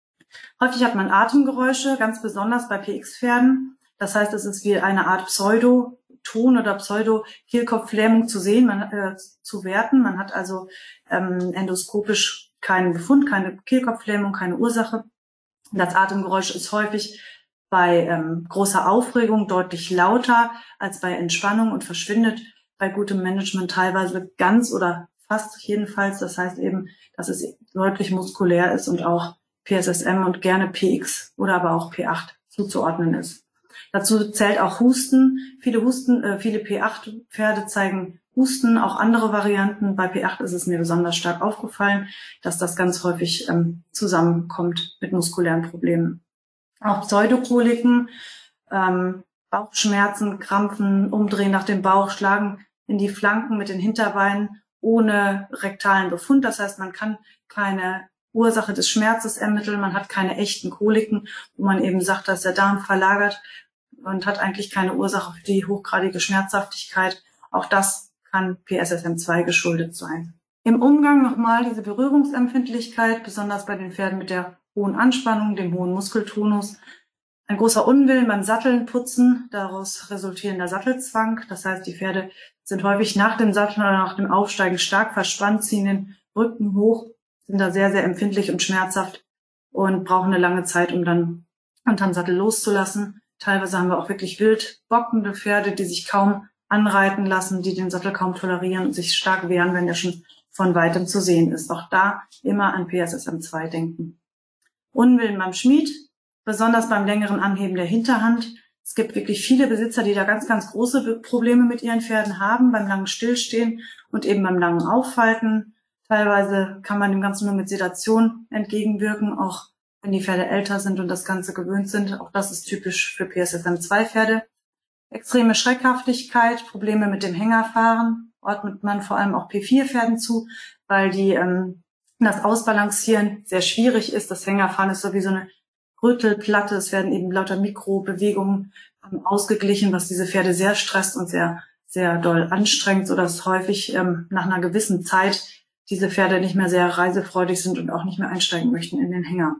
Speaker 2: Häufig hat man Atemgeräusche, ganz besonders bei P X-Pferden. Das heißt, es ist wie eine Art Pseudoton oder Pseudo-Kehlkopflähmung zu sehen, man, äh, zu werten. Man hat also ähm, endoskopisch keinen Befund, keine Kehlkopflähmung, keine Ursache. Das Atemgeräusch ist häufig bei ähm, großer Aufregung deutlich lauter als bei Entspannung und verschwindet bei gutem Management teilweise ganz oder fast jedenfalls. Das heißt eben, dass es deutlich muskulär ist und auch P S S M und gerne P X oder aber auch P acht zuzuordnen ist. Dazu zählt auch Husten. Viele Husten, äh, viele P acht Pferde zeigen Husten, auch andere Varianten. Bei P acht ist es mir besonders stark aufgefallen, dass das ganz häufig ähm, zusammenkommt mit muskulären Problemen. Auch Pseudokoliken, ähm, Bauchschmerzen, Krampfen, Umdrehen nach dem Bauch, Schlagen in die Flanken mit den Hinterbeinen ohne rektalen Befund. Das heißt, man kann keine Ursache des Schmerzes ermitteln, man hat keine echten Koliken, wo man eben sagt, dass der Darm verlagert und hat eigentlich keine Ursache für die hochgradige Schmerzhaftigkeit. Auch das kann P S S M zwei geschuldet sein. Im Umgang nochmal diese Berührungsempfindlichkeit, besonders bei den Pferden mit der hohen Anspannung, dem hohen Muskeltonus. Ein großer Unwillen beim Satteln, Putzen, daraus resultierender Sattelzwang. Das heißt, die Pferde sind häufig nach dem Satteln oder nach dem Aufsteigen stark verspannt, ziehen den Rücken hoch, sind da sehr, sehr empfindlich und schmerzhaft und brauchen eine lange Zeit, um dann unterm Sattel loszulassen. Teilweise haben wir auch wirklich wild bockende Pferde, die sich kaum anreiten lassen, die den Sattel kaum tolerieren und sich stark wehren, wenn der schon von weitem zu sehen ist. Auch da immer an P S S M zwei denken. Unwillen beim Schmied, besonders beim längeren Anheben der Hinterhand. Es gibt wirklich viele Besitzer, die da ganz, ganz große Probleme mit ihren Pferden haben, beim langen Stillstehen und eben beim langen Aufhalten. Teilweise kann man dem Ganzen nur mit Sedation entgegenwirken, auch wenn die Pferde älter sind und das Ganze gewöhnt sind. Auch das ist typisch für P S S M zwei Pferde. Extreme Schreckhaftigkeit, Probleme mit dem Hängerfahren, ordnet man vor allem auch P vier Pferden zu, weil die ähm, das Ausbalancieren sehr schwierig ist. Das Hängerfahren ist sowieso eine Rüttelplatte. Es werden eben lauter Mikrobewegungen ähm, ausgeglichen, was diese Pferde sehr stresst und sehr, sehr doll anstrengt, sodass häufig ähm, nach einer gewissen Zeit diese Pferde nicht mehr sehr reisefreudig sind und auch nicht mehr einsteigen möchten in den Hänger.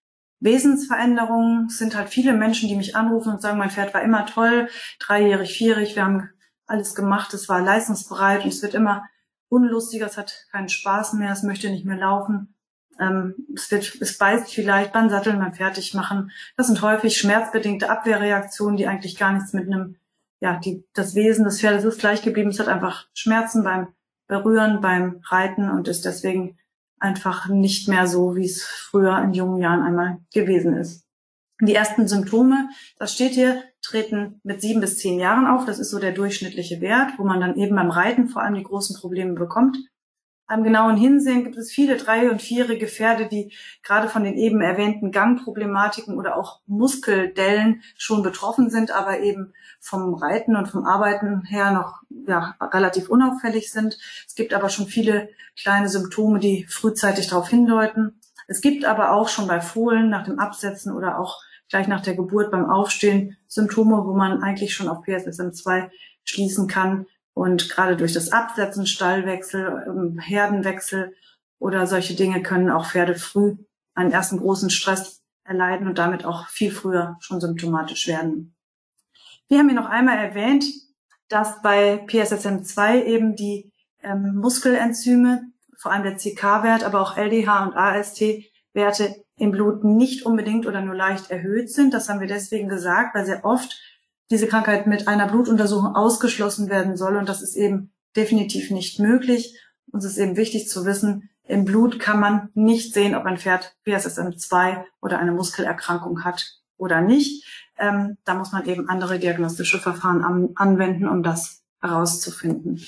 Speaker 2: Wesensveränderungen sind halt viele Menschen, die mich anrufen und sagen, mein Pferd war immer toll, dreijährig, vierjährig, wir haben alles gemacht, es war leistungsbereit und es wird immer unlustiger, es hat keinen Spaß mehr, es möchte nicht mehr laufen. Ähm, es wird, es beißt vielleicht beim Satteln, beim Fertigmachen. Das sind häufig schmerzbedingte Abwehrreaktionen, die eigentlich gar nichts mit einem, ja, die, das Wesen des Pferdes ist gleich geblieben. Es hat einfach Schmerzen beim Berühren, beim Reiten und ist deswegen einfach nicht mehr so, wie es früher in jungen Jahren einmal gewesen ist. Die ersten Symptome, das steht hier, treten mit sieben bis zehn Jahren auf. Das ist so der durchschnittliche Wert, wo man dann eben beim Reiten vor allem die großen Probleme bekommt. Am genauen Hinsehen gibt es viele drei- und vierjährige Pferde, die gerade von den eben erwähnten Gangproblematiken oder auch Muskeldellen schon betroffen sind, aber eben vom Reiten und vom Arbeiten her noch ja, relativ unauffällig sind. Es gibt aber schon viele kleine Symptome, die frühzeitig darauf hindeuten. Es gibt aber auch schon bei Fohlen nach dem Absetzen oder auch gleich nach der Geburt beim Aufstehen Symptome, wo man eigentlich schon auf P S S M zwei schließen kann. Und gerade durch das Absetzen, Stallwechsel, Herdenwechsel oder solche Dinge können auch Pferde früh einen ersten großen Stress erleiden und damit auch viel früher schon symptomatisch werden. Wir haben hier noch einmal erwähnt, dass bei P S S M zwei eben die ähm, Muskelenzyme, vor allem der C K-Wert, aber auch L D H und A S T-Werte im Blut nicht unbedingt oder nur leicht erhöht sind. Das haben wir deswegen gesagt, weil sehr oft diese Krankheit mit einer Blutuntersuchung ausgeschlossen werden soll. Und das ist eben definitiv nicht möglich. Uns ist eben wichtig zu wissen, im Blut kann man nicht sehen, ob ein Pferd P S S M zwei oder eine Muskelerkrankung hat oder nicht. Ähm, da muss man eben andere diagnostische Verfahren an, anwenden, um das herauszufinden.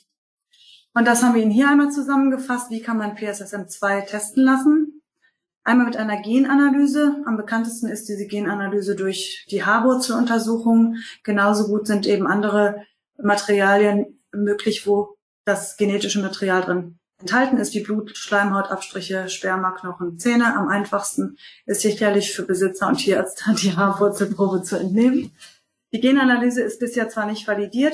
Speaker 2: Und das haben wir Ihnen hier einmal zusammengefasst. Wie kann man P S S M zwei testen lassen? Einmal mit einer Genanalyse. Am bekanntesten ist diese Genanalyse durch die Haarwurzeluntersuchung. Genauso gut sind eben andere Materialien möglich, wo das genetische Material drin enthalten ist, wie Blut, Schleimhautabstriche, Sperma, Knochen, Zähne. Am einfachsten ist sicherlich für Besitzer und Tierärzte die Haarwurzelprobe zu entnehmen. Die Genanalyse ist bisher zwar nicht validiert,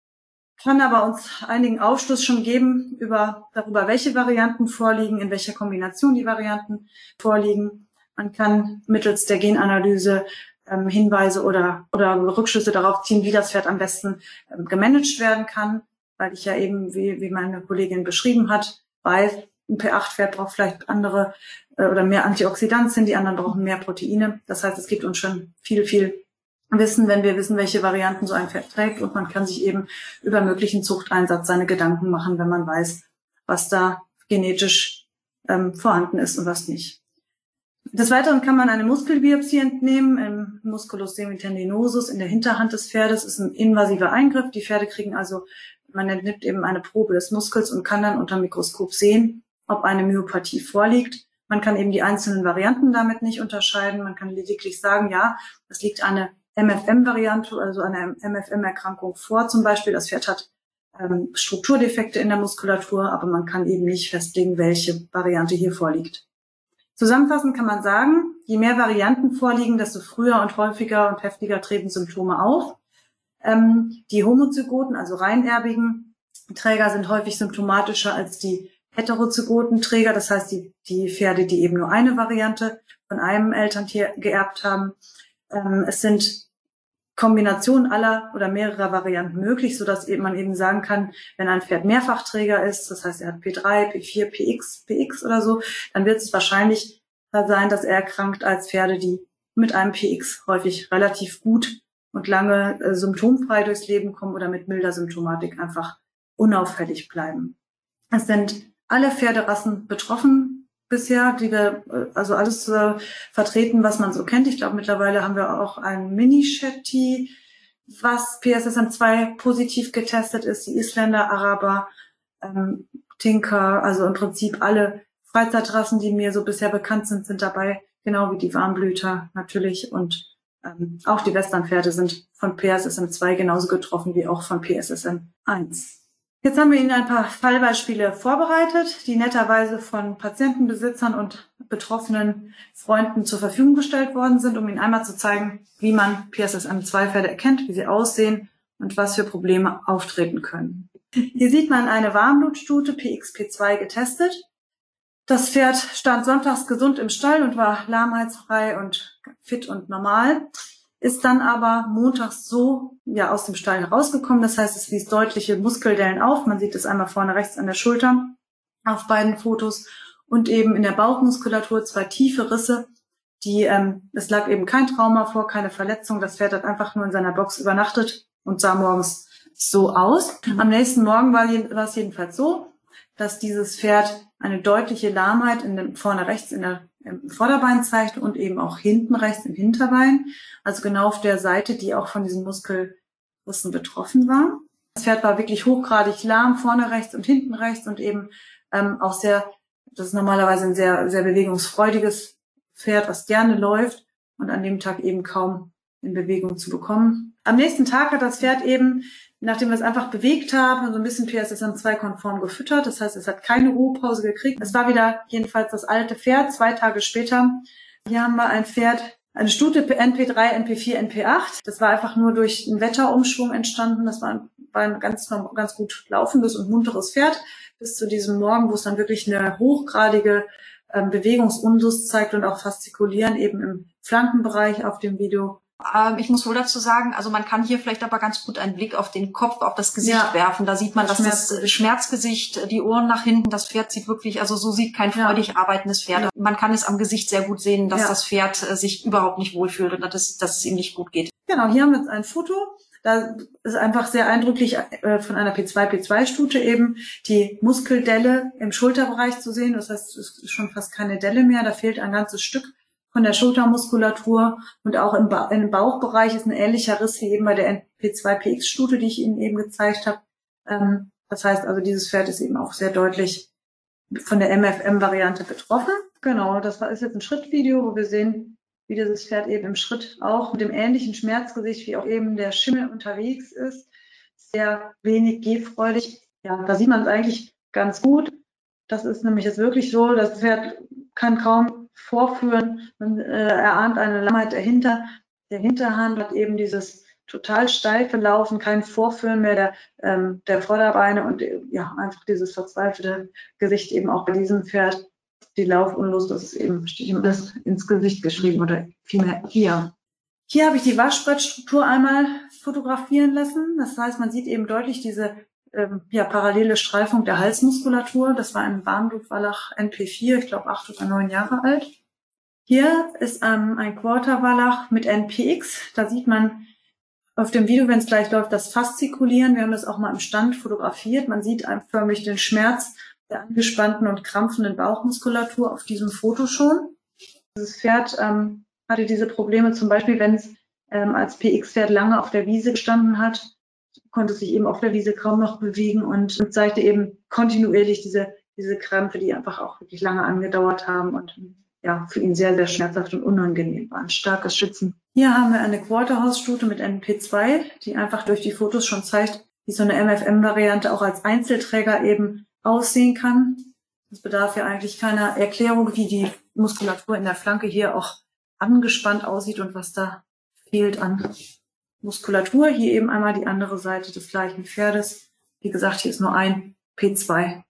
Speaker 2: kann aber uns einigen Aufschluss schon geben über darüber, welche Varianten vorliegen, in welcher Kombination die Varianten vorliegen. Man kann mittels der Genanalyse ähm, Hinweise oder oder Rückschlüsse darauf ziehen, wie das Pferd am besten ähm, gemanagt werden kann, weil ich ja eben, wie, wie meine Kollegin beschrieben hat, weiß, ein P acht Pferd braucht vielleicht andere äh, oder mehr Antioxidantien, die anderen brauchen mehr Proteine. Das heißt, es gibt uns schon viel, viel Wissen, wenn wir wissen, welche Varianten so ein Pferd trägt, und man kann sich eben über möglichen Zuchteinsatz seine Gedanken machen, wenn man weiß, was da genetisch ähm, vorhanden ist und was nicht. Des Weiteren kann man eine Muskelbiopsie entnehmen, im Musculus semitendinosus in der Hinterhand des Pferdes. Das ist ein invasiver Eingriff. Die Pferde kriegen also, man entnimmt eben eine Probe des Muskels und kann dann unter dem Mikroskop sehen, ob eine Myopathie vorliegt. Man kann eben die einzelnen Varianten damit nicht unterscheiden. Man kann lediglich sagen, ja, es liegt eine M F M-Variante, also eine M F M-Erkrankung vor. Zum Beispiel, das Pferd hat ähm, Strukturdefekte in der Muskulatur, aber man kann eben nicht festlegen, welche Variante hier vorliegt. Zusammenfassend kann man sagen, je mehr Varianten vorliegen, desto früher und häufiger und heftiger treten Symptome auf. Ähm, die homozygoten, also reinerbigen Träger, sind häufig symptomatischer als die heterozygoten Träger, das heißt die, die Pferde, die eben nur eine Variante von einem Elterntier geerbt haben. Ähm, es sind Kombinationen aller oder mehrerer Varianten möglich, sodass eben man eben sagen kann, wenn ein Pferd Mehrfachträger ist, das heißt, er hat P drei, P vier, P X, P X oder so, dann wird es wahrscheinlich sein, dass er erkrankt als Pferde, die mit einem P X häufig relativ gut und lange äh, symptomfrei durchs Leben kommen oder mit milder Symptomatik einfach unauffällig bleiben. Es sind alle Pferderassen betroffen bisher, die wir, also alles äh, vertreten, was man so kennt. Ich glaube, mittlerweile haben wir auch ein Mini-Shetty, was P S S M zwei positiv getestet ist, die Isländer, Araber, ähm, Tinker, also im Prinzip alle Freizeitrassen, die mir so bisher bekannt sind, sind dabei, genau wie die Warmblüter natürlich, und ähm, auch die Westernpferde sind von P S S M zwei genauso getroffen wie auch von P S S M eins. Jetzt haben wir Ihnen ein paar Fallbeispiele vorbereitet, die netterweise von Patientenbesitzern und betroffenen Freunden zur Verfügung gestellt worden sind, um Ihnen einmal zu zeigen, wie man P S S M zwei Pferde erkennt, wie sie aussehen und was für Probleme auftreten können. Hier sieht man eine Warmblutstute P X P zwei getestet. Das Pferd stand sonntags gesund im Stall und war lahmheitsfrei und fit und normal, ist dann aber montags so ja aus dem Stall herausgekommen. Das heißt, es wies deutliche Muskeldellen auf. Man sieht es einmal vorne rechts an der Schulter auf beiden Fotos und eben in der Bauchmuskulatur zwei tiefe Risse. Die, ähm, es lag eben kein Trauma vor, keine Verletzung. Das Pferd hat einfach nur in seiner Box übernachtet und sah morgens so aus. Am nächsten Morgen war, war es jedenfalls so, dass dieses Pferd eine deutliche Lahmheit in dem, vorne rechts in der, im Vorderbein zeigte und eben auch hinten rechts im Hinterbein. Also genau auf der Seite, die auch von diesen Muskelrissen betroffen war. Das Pferd war wirklich hochgradig lahm, vorne rechts und hinten rechts und eben ähm, auch sehr, das ist normalerweise ein sehr, sehr bewegungsfreudiges Pferd, was gerne läuft und an dem Tag eben kaum in Bewegung zu bekommen. Am nächsten Tag hat das Pferd eben, nachdem wir es einfach bewegt haben und so ein bisschen P S S M zwei konform gefüttert, das heißt, es hat keine Ruhepause gekriegt. Es war wieder jedenfalls das alte Pferd, zwei Tage später. Hier haben wir ein Pferd, eine Stute N P drei, N P vier, N P acht. Das war einfach nur durch einen Wetterumschwung entstanden. Das war ein, war ein ganz, ganz gut laufendes und munteres Pferd bis zu diesem Morgen, wo es dann wirklich eine hochgradige ähm, Bewegungsunlust zeigt und auch Faszikulieren eben im Flankenbereich auf dem Video.
Speaker 1: Ähm, ich muss wohl dazu sagen, also man kann hier vielleicht aber ganz gut einen Blick auf den Kopf, auf das Gesicht
Speaker 2: Ja.
Speaker 1: werfen. Da sieht man,
Speaker 2: Das
Speaker 1: dass das Schmerzgesicht, die Ohren nach hinten, das Pferd sieht wirklich, also so sieht kein freudig
Speaker 2: Ja.
Speaker 1: arbeitendes Pferd.
Speaker 2: Ja.
Speaker 1: Man kann es am Gesicht sehr gut sehen, dass
Speaker 2: Ja.
Speaker 1: das Pferd äh, sich überhaupt nicht wohlfühlt und dass, dass es ihm nicht gut geht.
Speaker 2: Genau, hier haben wir jetzt ein Foto. Da ist einfach sehr eindrücklich äh, von einer P zwei P zwei Stute eben die Muskeldelle im Schulterbereich zu sehen. Das heißt, es ist schon fast keine Delle mehr. Da fehlt ein ganzes Stück von der Schultermuskulatur. Und auch im, ba im Bauchbereich ist ein ähnlicher Riss wie eben bei der N P zwei P X Stute, die ich Ihnen eben gezeigt habe. Ähm, das heißt also, dieses Pferd ist eben auch sehr deutlich von der M F M-Variante betroffen. Genau, das war, ist jetzt ein Schrittvideo, wo wir sehen, wie dieses Pferd eben im Schritt auch mit dem ähnlichen Schmerzgesicht wie auch eben der Schimmel unterwegs ist. Sehr wenig gehfreudig. Ja, da sieht man es eigentlich ganz gut. Das ist nämlich jetzt wirklich so, das Pferd kann kaum vorführen. Man äh, erahnt eine Lahmheit der, Hinter, der Hinterhand, hat eben dieses total steife Laufen, kein Vorführen mehr der, ähm, der Vorderbeine und äh, ja, einfach dieses verzweifelte Gesicht eben auch bei diesem Pferd. Die Laufunlust, das ist eben, steht ihm das ins Gesicht geschrieben oder vielmehr hier. Hier habe ich die Waschbrettstruktur einmal fotografieren lassen. Das heißt, man sieht eben deutlich diese ähm, ja, parallele Streifung der Halsmuskulatur. Das war ein Warmblutwallach N P vier, ich glaube acht oder neun Jahre alt. Hier ist ähm, ein Quarterwallach mit N P X. Da sieht man auf dem Video, wenn es gleich läuft, das Faszikulieren. Wir haben das auch mal im Stand fotografiert. Man sieht förmlich den Schmerz der angespannten und krampfenden Bauchmuskulatur auf diesem Foto schon. Dieses Pferd ähm, hatte diese Probleme zum Beispiel, wenn es ähm, als P X-Pferd lange auf der Wiese gestanden hat, konnte es sich eben auf der Wiese kaum noch bewegen und zeigte eben kontinuierlich diese, diese Krämpfe, die einfach auch wirklich lange angedauert haben und ja, für ihn sehr, sehr schmerzhaft und unangenehm waren. Starkes Schützen. Hier haben wir eine Quarterhouse-Stute mit N P zwei, die einfach durch die Fotos schon zeigt, wie so eine M F M-Variante auch als Einzelträger eben aussehen kann. Es bedarf ja eigentlich keiner Erklärung, wie die Muskulatur in der Flanke hier auch angespannt aussieht und was da fehlt an Muskulatur. Hier eben einmal die andere Seite des gleichen Pferdes. Wie gesagt, hier ist nur ein P zwei,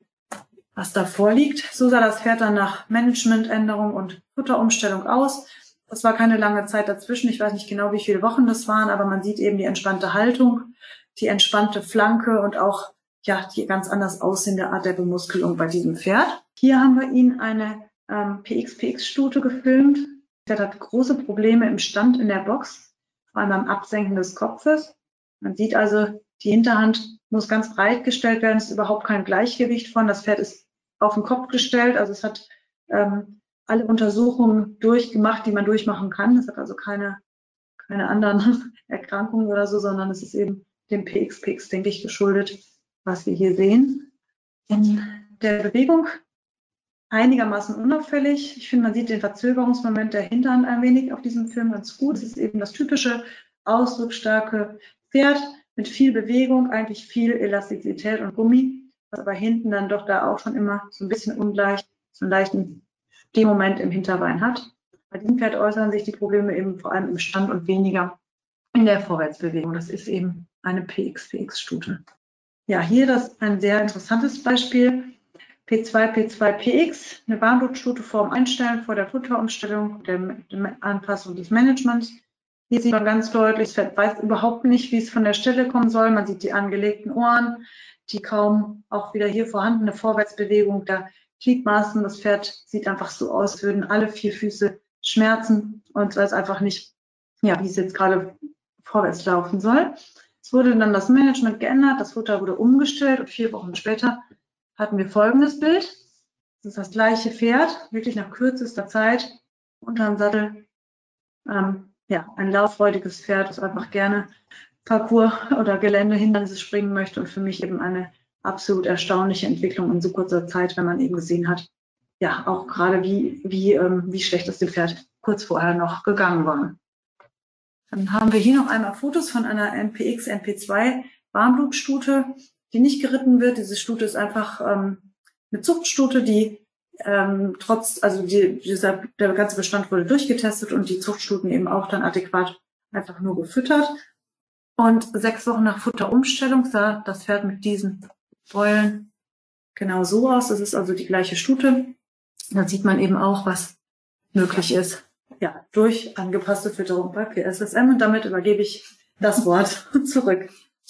Speaker 2: was da vorliegt. So sah das Pferd dann nach Managementänderung und Futterumstellung aus. Das war keine lange Zeit dazwischen. Ich weiß nicht genau, wie viele Wochen das waren, aber man sieht eben die entspannte Haltung, die entspannte Flanke und auch ja, die ganz anders aussehende Art der Bemuskelung bei diesem Pferd. Hier haben wir ihn eine ähm, P X P X-Stute gefilmt. Das Pferd hat große Probleme im Stand in der Box, vor allem beim Absenken des Kopfes. Man sieht also, die Hinterhand muss ganz breit gestellt werden. Es ist überhaupt kein Gleichgewicht von. Das Pferd ist auf den Kopf gestellt. Also es hat ähm, alle Untersuchungen durchgemacht, die man durchmachen kann. Es hat also keine, keine anderen Erkrankungen oder so, sondern es ist eben dem P X P X, denke ich, geschuldet, was wir hier sehen. In der Bewegung einigermaßen unauffällig. Ich finde, man sieht den Verzögerungsmoment der Hinterhand ein wenig auf diesem Film ganz gut. Es ist eben das typische, ausdrucksstarke Pferd mit viel Bewegung, eigentlich viel Elastizität und Gummi, was aber hinten dann doch da auch schon immer so ein bisschen ungleich, so einen leichten Stehmoment im Hinterbein hat. Bei diesem Pferd äußern sich die Probleme eben vor allem im Stand und weniger in der Vorwärtsbewegung. Das ist eben eine P X P X-Stute. Ja, hier das ein sehr interessantes Beispiel. P zwei P zwei P X, eine Warmblutstute vorm Einstellen, vor der Futterumstellung, der, der Anpassung des Managements. Hier sieht man ganz deutlich, das Pferd weiß überhaupt nicht, wie es von der Stelle kommen soll. Man sieht die angelegten Ohren, die kaum auch wieder hier vorhandene Vorwärtsbewegung, da Gliedmaßen. Das Pferd sieht einfach so aus, als würden alle vier Füße schmerzen und weiß einfach nicht, ja, wie es jetzt gerade vorwärts laufen soll. Es wurde dann das Management geändert, das Futter wurde umgestellt und vier Wochen später hatten wir folgendes Bild. Das ist das gleiche Pferd, wirklich nach kürzester Zeit unterm Sattel. Ähm, ja, ein lauffreudiges Pferd, das einfach gerne Parcours oder Geländehindernisse springen möchte und für mich eben eine absolut erstaunliche Entwicklung in so kurzer Zeit, wenn man eben gesehen hat, ja, auch gerade wie, wie, ähm, wie schlecht es dem Pferd kurz vorher noch gegangen war. Dann haben wir hier noch einmal Fotos von einer N P X N P zwei Warmblutstute, die nicht geritten wird. Diese Stute ist einfach ähm, eine Zuchtstute, die ähm, trotz, also die, dieser, der ganze Bestand wurde durchgetestet und die Zuchtstuten eben auch dann adäquat einfach nur gefüttert. Und sechs Wochen nach Futterumstellung sah das Pferd mit diesen Beulen genau so aus. Das ist also die gleiche Stute. Da sieht man eben auch, was möglich ist, ja, durch angepasste Fütterung bei P S S M. Und damit übergebe ich das Wort zurück.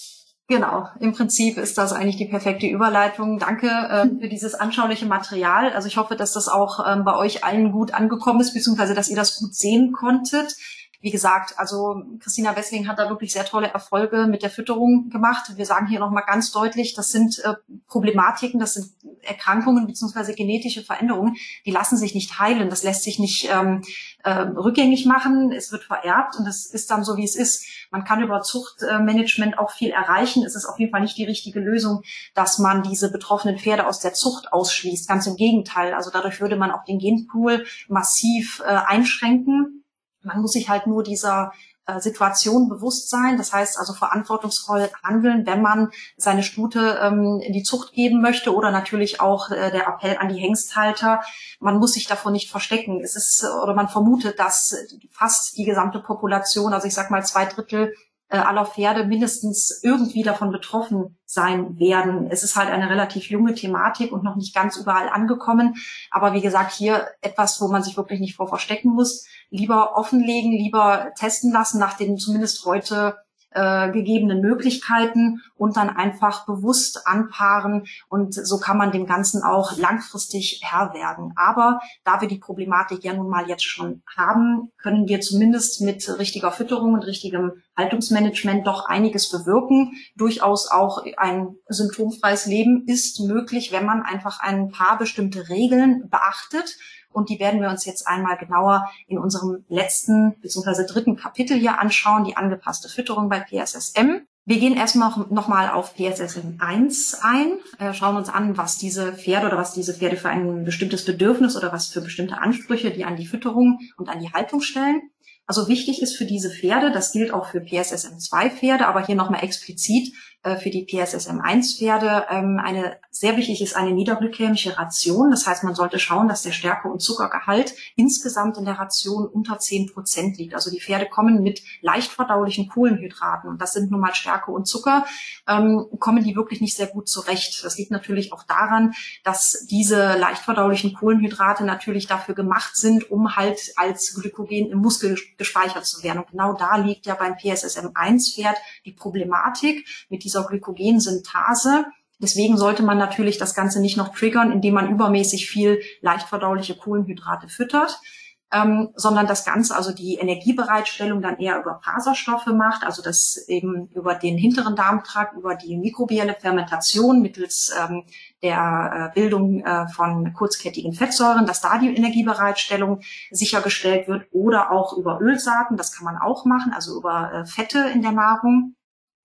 Speaker 1: Genau, im Prinzip ist das eigentlich die perfekte Überleitung. Danke äh, für dieses anschauliche Material. Also ich hoffe, dass das auch ähm, bei euch allen gut angekommen ist, beziehungsweise dass ihr das gut sehen konntet. Wie gesagt, also Christina Wessling hat da wirklich sehr tolle Erfolge mit der Fütterung gemacht. Wir sagen hier nochmal ganz deutlich, das sind äh, Problematiken, das sind Erkrankungen beziehungsweise genetische Veränderungen, die lassen sich nicht heilen. Das lässt sich nicht ähm, äh, rückgängig machen. Es wird vererbt und es ist dann so, wie es ist. Man kann über Zuchtmanagement auch viel erreichen. Es ist auf jeden Fall nicht die richtige Lösung, dass man diese betroffenen Pferde aus der Zucht ausschließt. Ganz im Gegenteil. Also dadurch würde man auch den Genpool massiv äh, einschränken. Man muss sich halt nur dieser äh, Situation bewusst sein. Das heißt also verantwortungsvoll handeln, wenn man seine Stute ähm, in die Zucht geben möchte, oder natürlich auch äh, der Appell an die Hengsthalter. Man muss sich davor nicht verstecken. Es ist, oder man vermutet, dass fast die gesamte Population, also ich sag mal zwei Drittel äh, aller Pferde mindestens irgendwie davon betroffen sein werden. Es ist halt eine relativ junge Thematik und noch nicht ganz überall angekommen. Aber wie gesagt, hier etwas, wo man sich wirklich nicht vor verstecken muss. Lieber offenlegen, lieber testen lassen nach den zumindest heute äh, gegebenen Möglichkeiten und dann einfach bewusst anpaaren. Und so kann man dem Ganzen auch langfristig Herr werden. Aber da wir die Problematik ja nun mal jetzt schon haben, können wir zumindest mit richtiger Fütterung und richtigem Haltungsmanagement doch einiges bewirken. Durchaus auch ein symptomfreies Leben ist möglich, wenn man einfach ein paar bestimmte Regeln beachtet. Und die werden wir uns jetzt einmal genauer in unserem letzten bzw. dritten Kapitel hier anschauen, die angepasste Fütterung bei P S S M. Wir gehen erstmal noch, noch mal auf P S S M eins ein, äh, schauen uns an, was diese Pferde oder was diese Pferde für ein bestimmtes Bedürfnis oder was für bestimmte Ansprüche die an die Fütterung und an die Haltung stellen. Also wichtig ist für diese Pferde, das gilt auch für P S S M zwei Pferde, aber hier nochmal explizit äh, für die P S S M eins Pferde, ähm, eine sehr wichtig ist eine niederglykämische Ration. Das heißt, man sollte schauen, dass der Stärke- und Zuckergehalt insgesamt in der Ration unter zehn Prozent liegt. Also die Pferde kommen mit leicht verdaulichen Kohlenhydraten, und das sind nun mal Stärke und Zucker, ähm, kommen die wirklich nicht sehr gut zurecht. Das liegt natürlich auch daran, dass diese leicht verdaulichen Kohlenhydrate natürlich dafür gemacht sind, um halt als Glykogen im Muskel gespeichert zu werden. Und genau da liegt ja beim P S S M eins Pferd die Problematik mit dieser Glykogensynthase. Deswegen sollte man natürlich das Ganze nicht noch triggern, indem man übermäßig viel leicht verdauliche Kohlenhydrate füttert, ähm, sondern das Ganze, also die Energiebereitstellung, dann eher über Faserstoffe macht, also das eben über den hinteren Darmtrakt, über die mikrobielle Fermentation mittels ähm, der äh, Bildung äh, von kurzkettigen Fettsäuren, dass da die Energiebereitstellung sichergestellt wird, oder auch über Ölsaaten, das kann man auch machen, also über äh, Fette in der Nahrung.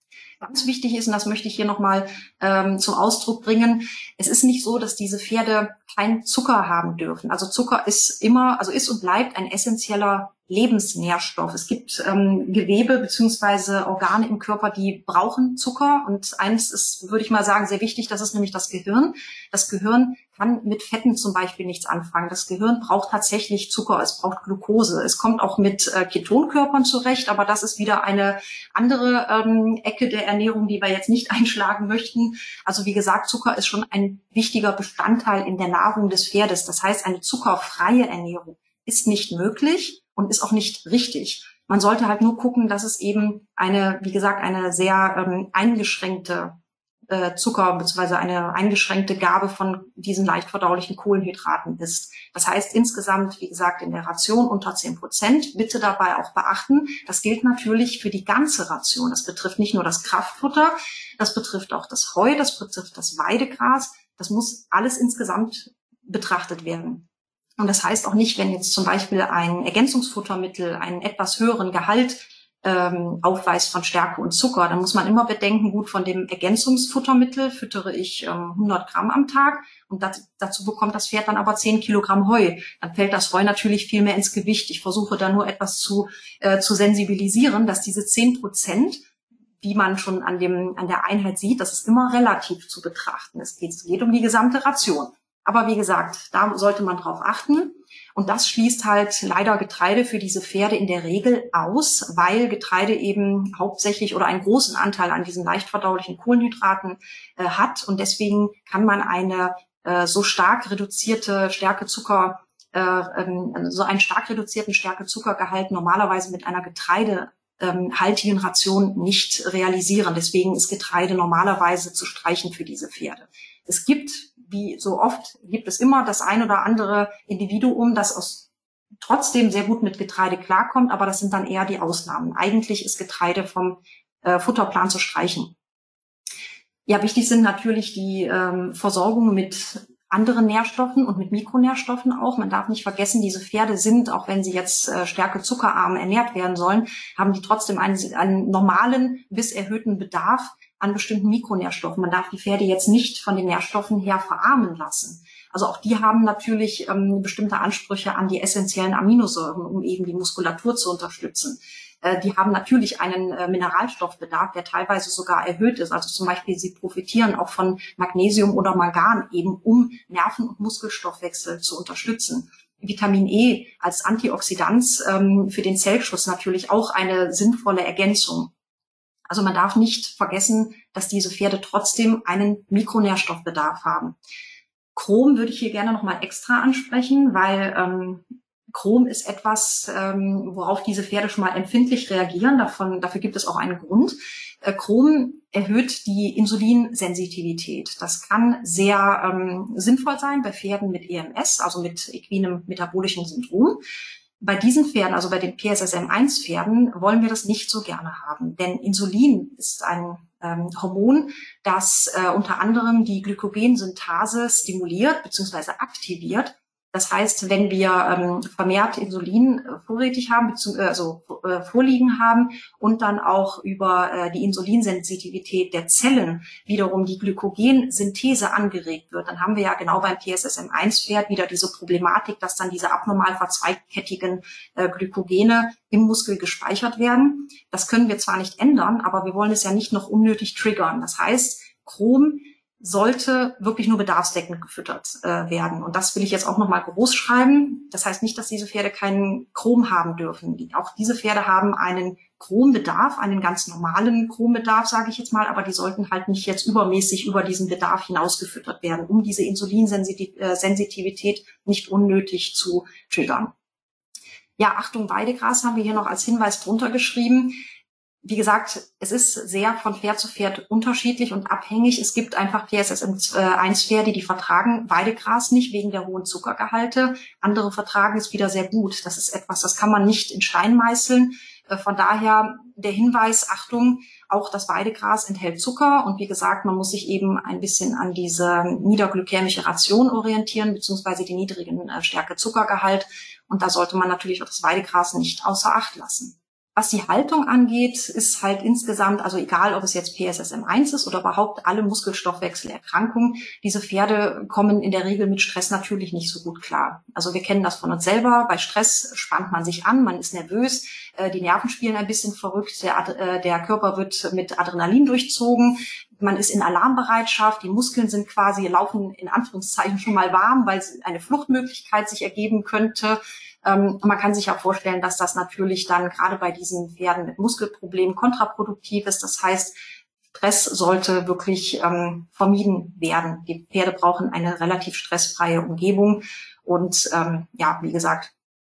Speaker 1: Ganz wichtig ist, und das möchte ich hier nochmal ähm, zum Ausdruck bringen, es ist nicht so, dass diese Pferde keinen Zucker haben dürfen. Also Zucker ist immer, also ist und bleibt ein essentieller Lebensnährstoff. Es gibt ähm, Gewebe beziehungsweise Organe im Körper, die brauchen Zucker. Und eins ist, würde ich mal sagen, sehr wichtig, das ist nämlich das Gehirn. Das Gehirn kann mit Fetten zum Beispiel nichts anfangen. Das Gehirn braucht tatsächlich Zucker, es braucht Glucose. Es kommt auch mit äh, Ketonkörpern zurecht, aber das ist wieder eine andere ähm, Ecke der Ernährung, die wir jetzt nicht einschlagen möchten. Also wie gesagt, Zucker ist schon ein wichtiger Bestandteil in der Nahrung des Pferdes. Das heißt, eine zuckerfreie Ernährung ist nicht möglich und ist auch nicht richtig. Man sollte halt nur gucken, dass es eben eine, wie gesagt, eine sehr ähm, eingeschränkte äh, Zucker bzw. eine eingeschränkte Gabe von diesen leicht verdaulichen Kohlenhydraten isst. Das heißt insgesamt, wie gesagt, in der Ration unter zehn Prozent. Bitte dabei auch beachten, das gilt natürlich für die ganze Ration. Das betrifft nicht nur das Kraftfutter, das betrifft auch das Heu, das betrifft das Weidegras. Das muss alles insgesamt betrachtet werden. Und das heißt auch nicht, wenn jetzt zum Beispiel ein Ergänzungsfuttermittel einen etwas höheren Gehalt ähm, aufweist von Stärke und Zucker, dann muss man immer bedenken, gut, von dem Ergänzungsfuttermittel füttere ich ähm, hundert Gramm am Tag und das, dazu bekommt das Pferd dann aber zehn Kilogramm Heu. Dann fällt das Heu natürlich viel mehr ins Gewicht. Ich versuche da nur etwas zu, äh, zu sensibilisieren, dass diese zehn Prozent, wie man schon an dem, an der Einheit sieht, das ist immer relativ zu betrachten. Es geht, es geht um die gesamte Ration. Aber wie gesagt, da sollte man drauf achten. Und das schließt halt leider Getreide für diese Pferde in der Regel aus, weil Getreide eben hauptsächlich oder einen großen Anteil an diesen leicht verdaulichen Kohlenhydraten äh, hat. Und deswegen kann man eine äh, so stark reduzierte Stärke-Zucker, äh, ähm, so einen stark reduzierten Stärke-Zuckergehalt normalerweise mit einer Getreide Ähm, haltigen Ration nicht realisieren. Deswegen ist Getreide normalerweise zu streichen für diese Pferde. Es gibt, wie so oft, gibt es immer das ein oder andere Individuum, das aus, trotzdem sehr gut mit Getreide klarkommt, aber das sind dann eher die Ausnahmen. Eigentlich ist Getreide vom äh, Futterplan zu streichen. Ja, wichtig sind natürlich die ähm, Versorgung mit anderen Nährstoffen und mit Mikronährstoffen auch. Man darf nicht vergessen, diese Pferde sind, auch wenn sie jetzt äh, stärke zuckerarm ernährt werden sollen, haben die trotzdem einen, einen normalen bis erhöhten Bedarf an bestimmten Mikronährstoffen. Man darf die Pferde jetzt nicht von den Nährstoffen her verarmen lassen. Also auch die haben natürlich ähm, bestimmte Ansprüche an die essentiellen Aminosäuren, um eben die Muskulatur zu unterstützen. Äh, die haben natürlich einen äh, Mineralstoffbedarf, der teilweise sogar erhöht ist. Also zum Beispiel, sie profitieren auch von Magnesium oder Mangan, eben um Nerven- und Muskelstoffwechsel zu unterstützen. Vitamin E als Antioxidant ähm, für den Zellschutz natürlich auch eine sinnvolle Ergänzung. Also man darf nicht vergessen, dass diese Pferde trotzdem einen Mikronährstoffbedarf haben. Chrom würde ich hier gerne nochmal extra ansprechen, weil ähm, Chrom ist etwas, ähm, worauf diese Pferde schon mal empfindlich reagieren. Davon, dafür gibt es auch einen Grund. Äh, Chrom erhöht die Insulinsensitivität. Das kann sehr ähm, sinnvoll sein bei Pferden mit E M S, also mit equinem metabolischen Syndrom. Bei diesen Pferden, also bei den P S S M eins Pferden, wollen wir das nicht so gerne haben. Denn Insulin ist ein ähm, Hormon, das äh, unter anderem die Glykogensynthase stimuliert bzw. aktiviert. Das heißt, wenn wir ähm, vermehrt Insulin äh, vorrätig haben, beziehungsweise also äh, vorliegen haben und dann auch über äh, die Insulinsensitivität der Zellen wiederum die Glykogensynthese angeregt wird, dann haben wir ja genau beim P S S M eins Pferd wieder diese Problematik, dass dann diese abnormal verzweigkettigen äh, Glykogene im Muskel gespeichert werden. Das können wir zwar nicht ändern, aber wir wollen es ja nicht noch unnötig triggern. Das heißt, Chrom sollte wirklich nur bedarfsdeckend gefüttert äh, werden. Und das will ich jetzt auch nochmal groß schreiben. Das heißt nicht, dass diese Pferde keinen Chrom haben dürfen. Auch diese Pferde haben einen Chrombedarf, einen ganz normalen Chrombedarf, sage ich jetzt mal, aber die sollten halt nicht jetzt übermäßig über diesen Bedarf hinaus gefüttert werden, um diese Insulinsensitivität nicht unnötig zu triggern. Ja, Achtung, Weidegras haben wir hier noch als Hinweis drunter geschrieben. Wie gesagt, es ist sehr von Pferd zu Pferd unterschiedlich und abhängig. Es gibt einfach P S S M eins Pferde, die vertragen Weidegras nicht wegen der hohen Zuckergehalte. Andere vertragen es wieder sehr gut. Das ist etwas, das kann man nicht in Stein meißeln. Von daher der Hinweis, Achtung, auch das Weidegras enthält Zucker. Und wie gesagt, man muss sich eben ein bisschen an diese niederglykämische Ration orientieren, beziehungsweise den niedrigen Stärke-Zuckergehalt. Und da sollte man natürlich auch das Weidegras nicht außer Acht lassen. Was die Haltung angeht, ist halt insgesamt, also egal, ob es jetzt P S S M eins ist oder überhaupt alle Muskelstoffwechselerkrankungen, diese Pferde kommen in der Regel mit Stress natürlich nicht so gut klar. Also wir kennen das von uns selber. Bei Stress spannt man sich an, man ist nervös, äh, die Nerven spielen ein bisschen verrückt, der, äh, der Körper wird mit Adrenalin durchzogen, man ist in Alarmbereitschaft, die Muskeln sind quasi, laufen in Anführungszeichen schon mal warm, weil eine Fluchtmöglichkeit sich ergeben könnte. Ähm, man kann sich auch vorstellen, dass das natürlich dann gerade bei diesen Pferden mit Muskelproblemen kontraproduktiv ist. Das heißt, Stress sollte wirklich ähm, vermieden werden. Die Pferde brauchen eine relativ stressfreie Umgebung. Und ähm, ja, wie gesagt,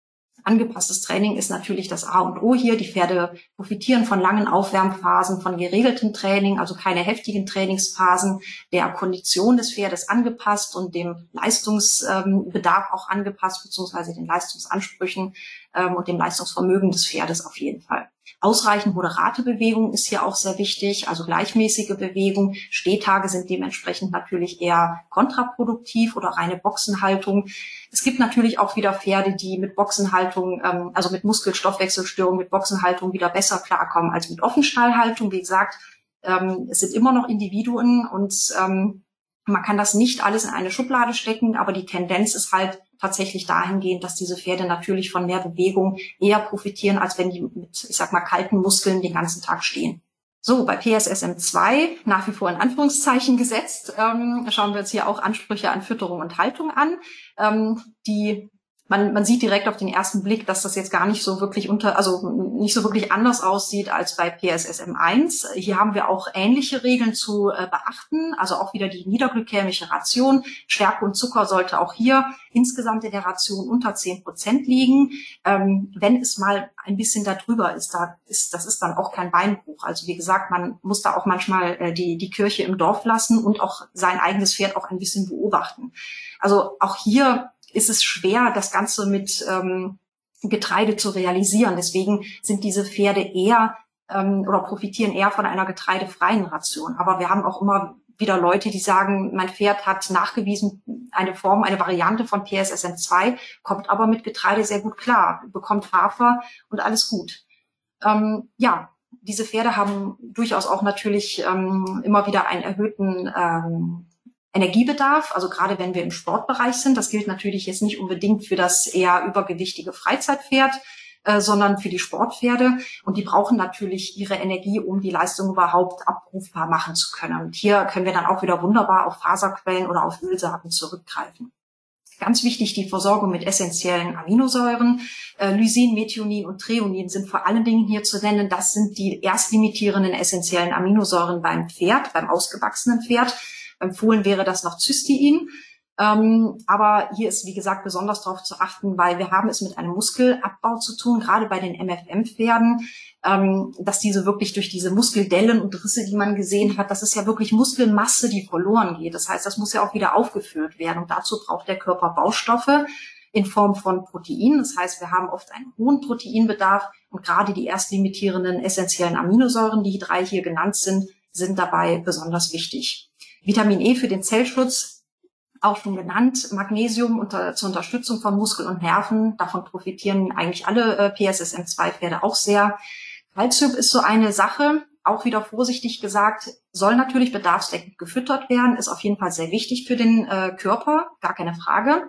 Speaker 1: Angepasstes Training ist natürlich das A und O hier. Die Pferde profitieren von langen Aufwärmphasen, von geregeltem Training, also keine heftigen Trainingsphasen, der Kondition des Pferdes angepasst und dem Leistungsbedarf auch angepasst, beziehungsweise den Leistungsansprüchen ähm, und dem Leistungsvermögen des Pferdes auf jeden Fall. Ausreichend moderate Bewegung ist hier auch sehr wichtig, also gleichmäßige Bewegung. Stehtage sind dementsprechend natürlich eher kontraproduktiv oder reine Boxenhaltung. Es gibt natürlich auch wieder Pferde, die mit Boxenhaltung, ähm, also mit Muskelstoffwechselstörungen, mit Boxenhaltung wieder besser klarkommen als mit Offenstallhaltung. Wie gesagt, ähm, es sind immer noch Individuen und ähm, man kann das nicht alles in eine Schublade stecken, aber die Tendenz ist halt tatsächlich dahingehend, dass diese Pferde natürlich von mehr Bewegung eher profitieren, als wenn die mit, ich sag mal, kalten Muskeln den ganzen Tag stehen. So, bei P S S M zwei, nach wie vor in Anführungszeichen gesetzt, ähm, schauen wir uns hier auch Ansprüche an Fütterung und Haltung an. Ähm, die Man, man sieht direkt auf den ersten Blick, dass das jetzt gar nicht so wirklich unter, also nicht so wirklich anders aussieht als bei P S S M eins. Hier haben wir auch ähnliche Regeln zu äh, beachten, also auch wieder die niederglykämische Ration. Stärke und Zucker sollte auch hier insgesamt in der Ration unter zehn Prozent liegen. Ähm, wenn es mal ein bisschen darüber ist, da ist, das ist dann auch kein Beinbruch. Also wie gesagt, man muss da auch manchmal äh, die, die Kirche im Dorf lassen und auch sein eigenes Pferd auch ein bisschen beobachten. Also auch hier ist es schwer, das Ganze mit ähm, Getreide zu realisieren. Deswegen sind diese Pferde eher ähm, oder profitieren eher von einer getreidefreien Ration. Aber wir haben auch immer wieder Leute, die sagen, mein Pferd hat nachgewiesen eine Form, eine Variante von P S S M zwei, kommt aber mit Getreide sehr gut klar, bekommt Hafer und alles gut. Ähm, ja, diese Pferde haben durchaus auch natürlich ähm, immer wieder einen erhöhten ähm, Energiebedarf, also gerade wenn wir im Sportbereich sind. Das gilt natürlich jetzt nicht unbedingt für das eher übergewichtige Freizeitpferd, äh, sondern für die Sportpferde. Und die brauchen natürlich ihre Energie, um die Leistung überhaupt abrufbar machen zu können. Und hier können wir dann auch wieder wunderbar auf Faserquellen oder auf Ölsaaten zurückgreifen. Ganz wichtig, die Versorgung mit essentiellen Aminosäuren. Äh, Lysin, Methionin und Threonin sind vor allen Dingen hier zu nennen. Das sind die erstlimitierenden essentiellen Aminosäuren beim Pferd, beim ausgewachsenen Pferd. Beim Fohlen wäre das noch Cystein. Ähm, aber hier ist, wie gesagt, besonders darauf zu achten, weil wir haben es mit einem Muskelabbau zu tun, gerade bei den M F M-Pferden, ähm, dass diese wirklich durch diese Muskeldellen und Risse, die man gesehen hat, das ist ja wirklich Muskelmasse, die verloren geht. Das heißt, das muss ja auch wieder aufgefüllt werden. Und dazu braucht der Körper Baustoffe in Form von Protein. Das heißt, wir haben oft einen hohen Proteinbedarf und gerade die erstlimitierenden essentiellen Aminosäuren, die drei hier genannt sind, sind dabei besonders wichtig. Vitamin E für den Zellschutz, auch schon genannt. Magnesium unter, zur Unterstützung von Muskeln und Nerven. Davon profitieren eigentlich alle äh, P S S M zwei Pferde auch sehr. Calcium ist so eine Sache, auch wieder vorsichtig gesagt, soll natürlich bedarfsdeckend gefüttert werden, ist auf jeden Fall sehr wichtig für den äh, Körper, gar keine Frage.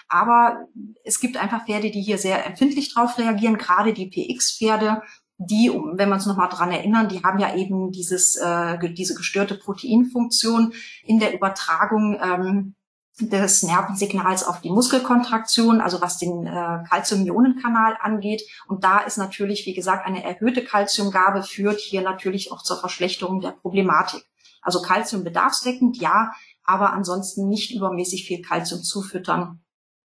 Speaker 1: Aber es gibt einfach Pferde, die hier sehr empfindlich drauf reagieren, gerade die P X-Pferde. Die, wenn wir uns nochmal dran erinnern, die haben ja eben dieses, äh, diese gestörte Proteinfunktion in der Übertragung ähm, des Nervensignals auf die Muskelkontraktion, also was den äh, Calcium-Ionen-Kanal angeht. Und da ist natürlich, wie gesagt, eine erhöhte Calciumgabe führt hier natürlich auch zur Verschlechterung der Problematik. Also Calcium bedarfsdeckend, ja, aber ansonsten nicht übermäßig viel Calcium zufüttern.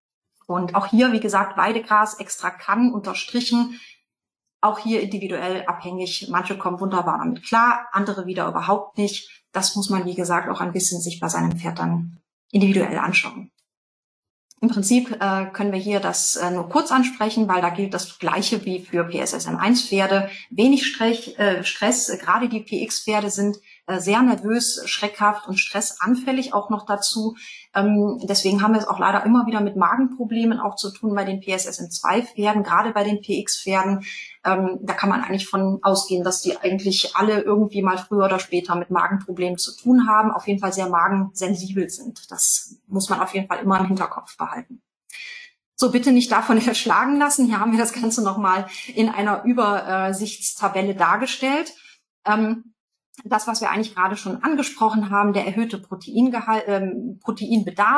Speaker 1: Und auch hier, wie gesagt, Weidegras extra kann unterstrichen. Auch hier individuell abhängig. Manche kommen wunderbar damit klar, andere wieder überhaupt nicht. Das muss man, wie gesagt, auch ein bisschen sich bei seinem Pferd dann individuell anschauen. Im Prinzip äh, können wir hier das äh, nur kurz ansprechen, weil da gilt das Gleiche wie für P S S M eins Pferde. Wenig Strech, äh, Stress, äh, gerade die P X Pferde sind äh, sehr nervös, schreckhaft und stressanfällig auch noch dazu. Ähm, deswegen haben wir es auch leider immer wieder mit Magenproblemen auch zu tun bei den P S S M zwei Pferden, gerade bei den P X Pferden. Ähm, da kann man eigentlich von ausgehen, dass die eigentlich alle irgendwie mal früher oder später mit Magenproblemen zu tun haben, auf jeden Fall sehr magensensibel sind. Das muss man auf jeden Fall immer im Hinterkopf behalten. So, bitte nicht davon erschlagen lassen. Hier haben wir das Ganze nochmal in einer Übersichtstabelle dargestellt. Ähm, das, was wir eigentlich gerade schon angesprochen haben, der erhöhte Proteingehalt, ähm, Proteinbedarf,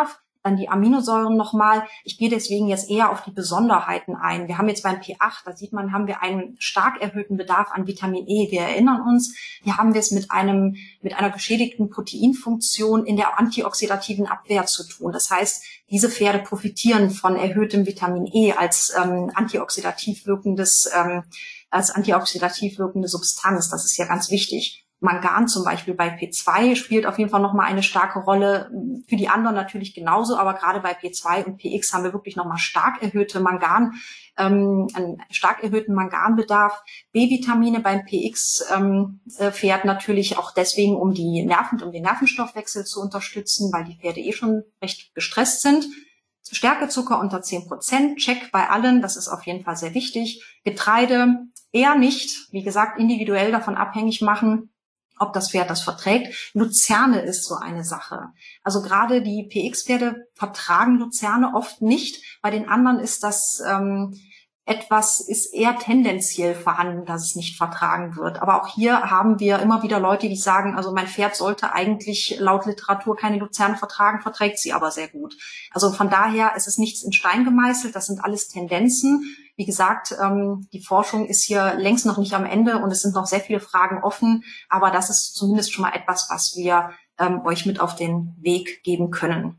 Speaker 1: dann die Aminosäuren nochmal. Ich gehe deswegen jetzt eher auf die Besonderheiten ein. Wir haben jetzt beim P acht, da sieht man, haben wir einen stark erhöhten Bedarf an Vitamin E. Wir erinnern uns, hier haben wir es mit einem, mit einer geschädigten Proteinfunktion in der antioxidativen Abwehr zu tun. Das heißt, diese Pferde profitieren von erhöhtem Vitamin E als ähm, antioxidativ wirkendes, ähm, als antioxidativ wirkende Substanz. Das ist ja ganz wichtig. Mangan zum Beispiel bei P zwei spielt auf jeden Fall nochmal eine starke Rolle. Für die anderen natürlich genauso, aber gerade bei P zwei und P X haben wir wirklich nochmal stark erhöhte Mangan, ähm, einen stark erhöhten Manganbedarf. B-Vitamine beim P X-Pferd ähm, natürlich auch deswegen, um die Nerven, um den Nervenstoffwechsel zu unterstützen, weil die Pferde eh schon recht gestresst sind. Stärkezucker unter zehn Prozent, check bei allen, das ist auf jeden Fall sehr wichtig. Getreide eher nicht, wie gesagt, individuell davon abhängig machen, ob das Pferd das verträgt. Luzerne ist so eine Sache. Also gerade die P X-Pferde vertragen Luzerne oft nicht. Bei den anderen ist das ähm, etwas, ist eher tendenziell vorhanden, dass es nicht vertragen wird. Aber auch hier haben wir immer wieder Leute, die sagen, also mein Pferd sollte eigentlich laut Literatur keine Luzerne vertragen, verträgt sie aber sehr gut. Also von daher ist es nichts in Stein gemeißelt, das sind alles Tendenzen. Wie gesagt, ähm, die Forschung ist hier längst noch nicht am Ende und es sind noch sehr viele Fragen offen, aber das ist zumindest schon mal etwas, was wir ähm, euch mit auf den Weg geben können.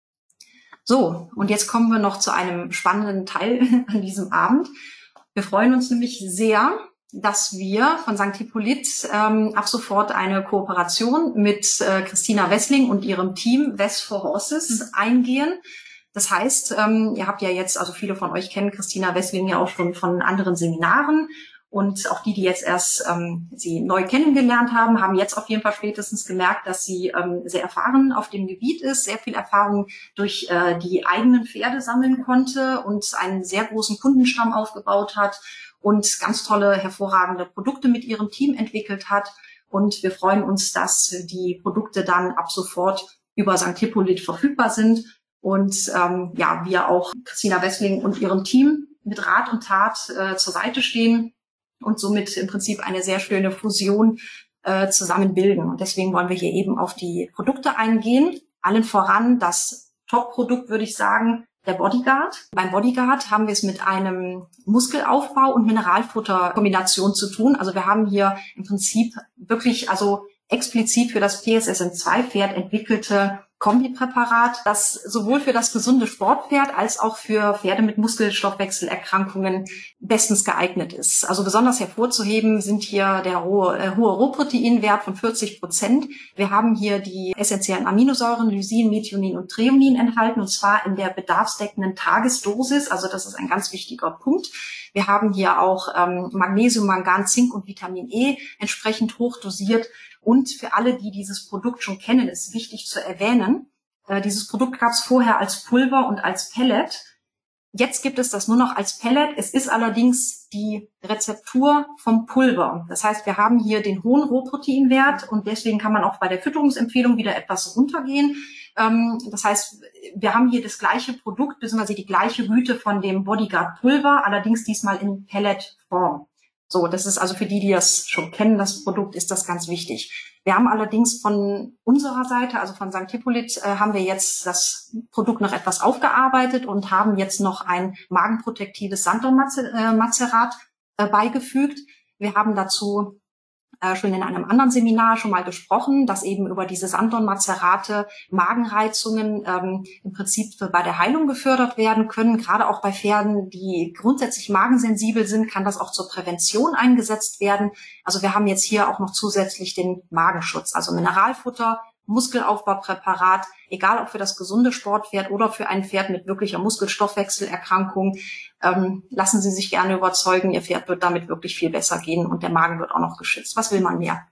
Speaker 1: So, und jetzt kommen wir noch zu einem spannenden Teil an diesem Abend. Wir freuen uns nämlich sehr, dass wir von Sankt Hippolyt ähm, ab sofort eine Kooperation mit äh, Christina Wessling und ihrem Team Vess for Horses mhm. eingehen. Das heißt, ähm, ihr habt ja jetzt, also viele von euch kennen Christina Wessling ja auch schon von anderen Seminaren und auch die, die jetzt erst ähm, sie neu kennengelernt haben, haben jetzt auf jeden Fall spätestens gemerkt, dass sie ähm, sehr erfahren auf dem Gebiet ist, sehr viel Erfahrung durch äh, die eigenen Pferde sammeln konnte und einen sehr großen Kundenstamm aufgebaut hat und ganz tolle, hervorragende Produkte mit ihrem Team entwickelt hat. Und wir freuen uns, dass die Produkte dann ab sofort über Sankt Hippolyt verfügbar sind. Und ähm, ja, wir auch Christina Wessling und ihrem Team mit Rat und Tat äh, zur Seite stehen und somit im Prinzip eine sehr schöne Fusion äh, zusammen bilden. Und deswegen wollen wir hier eben auf die Produkte eingehen. Allen voran das Top-Produkt, würde ich sagen, der Bodyguard. Beim Bodyguard haben wir es mit einem Muskelaufbau und Mineralfutter-Kombination zu tun. Also wir haben hier im Prinzip wirklich also explizit für das P S S M zwei Pferd entwickelte Kombipräparat, das sowohl für das gesunde Sportpferd als auch für Pferde mit Muskelstoffwechselerkrankungen bestens geeignet ist. Also besonders hervorzuheben sind hier der hohe, äh, hohe Rohproteinwert von vierzig Prozent. Wir haben hier die essentiellen Aminosäuren Lysin, Methionin und Threonin enthalten, und zwar in der bedarfsdeckenden Tagesdosis. Also das ist ein ganz wichtiger Punkt. Wir haben hier auch ähm, Magnesium, Mangan, Zink und Vitamin E entsprechend hoch dosiert. Und für alle, die dieses Produkt schon kennen, ist wichtig zu erwähnen, äh, dieses Produkt gab es vorher als Pulver und als Pellet. Jetzt gibt es das nur noch als Pellet. Es ist allerdings die Rezeptur vom Pulver. Das heißt, wir haben hier den hohen Rohproteinwert und deswegen kann man auch bei der Fütterungsempfehlung wieder etwas runtergehen. Ähm, das heißt, wir haben hier das gleiche Produkt, beziehungsweise die gleiche Güte von dem Bodyguard Pulver, allerdings diesmal in Pelletform. So, das ist also für die, die das schon kennen, das Produkt, ist das ganz wichtig. Wir haben allerdings von unserer Seite, also von Sankt Hippolyt, äh, haben wir jetzt das Produkt noch etwas aufgearbeitet und haben jetzt noch ein magenprotektives Sanddornmazerat äh, beigefügt. Wir haben dazu äh, schon in einem anderen Seminar schon mal gesprochen, dass eben über diese Sanddornmazerate Magenreizungen ähm, im Prinzip bei der Heilung gefördert werden können. Gerade auch bei Pferden, die grundsätzlich magensensibel sind, kann das auch zur Prävention eingesetzt werden. Also wir haben jetzt hier auch noch zusätzlich den Magenschutz, also Mineralfutter, Muskelaufbaupräparat, egal ob für das gesunde Sportpferd oder für ein Pferd mit wirklicher Muskelstoffwechselerkrankung. Ähm, lassen Sie sich gerne überzeugen, Ihr Pferd wird damit wirklich viel besser gehen und der Magen wird auch noch geschützt. Was will man mehr?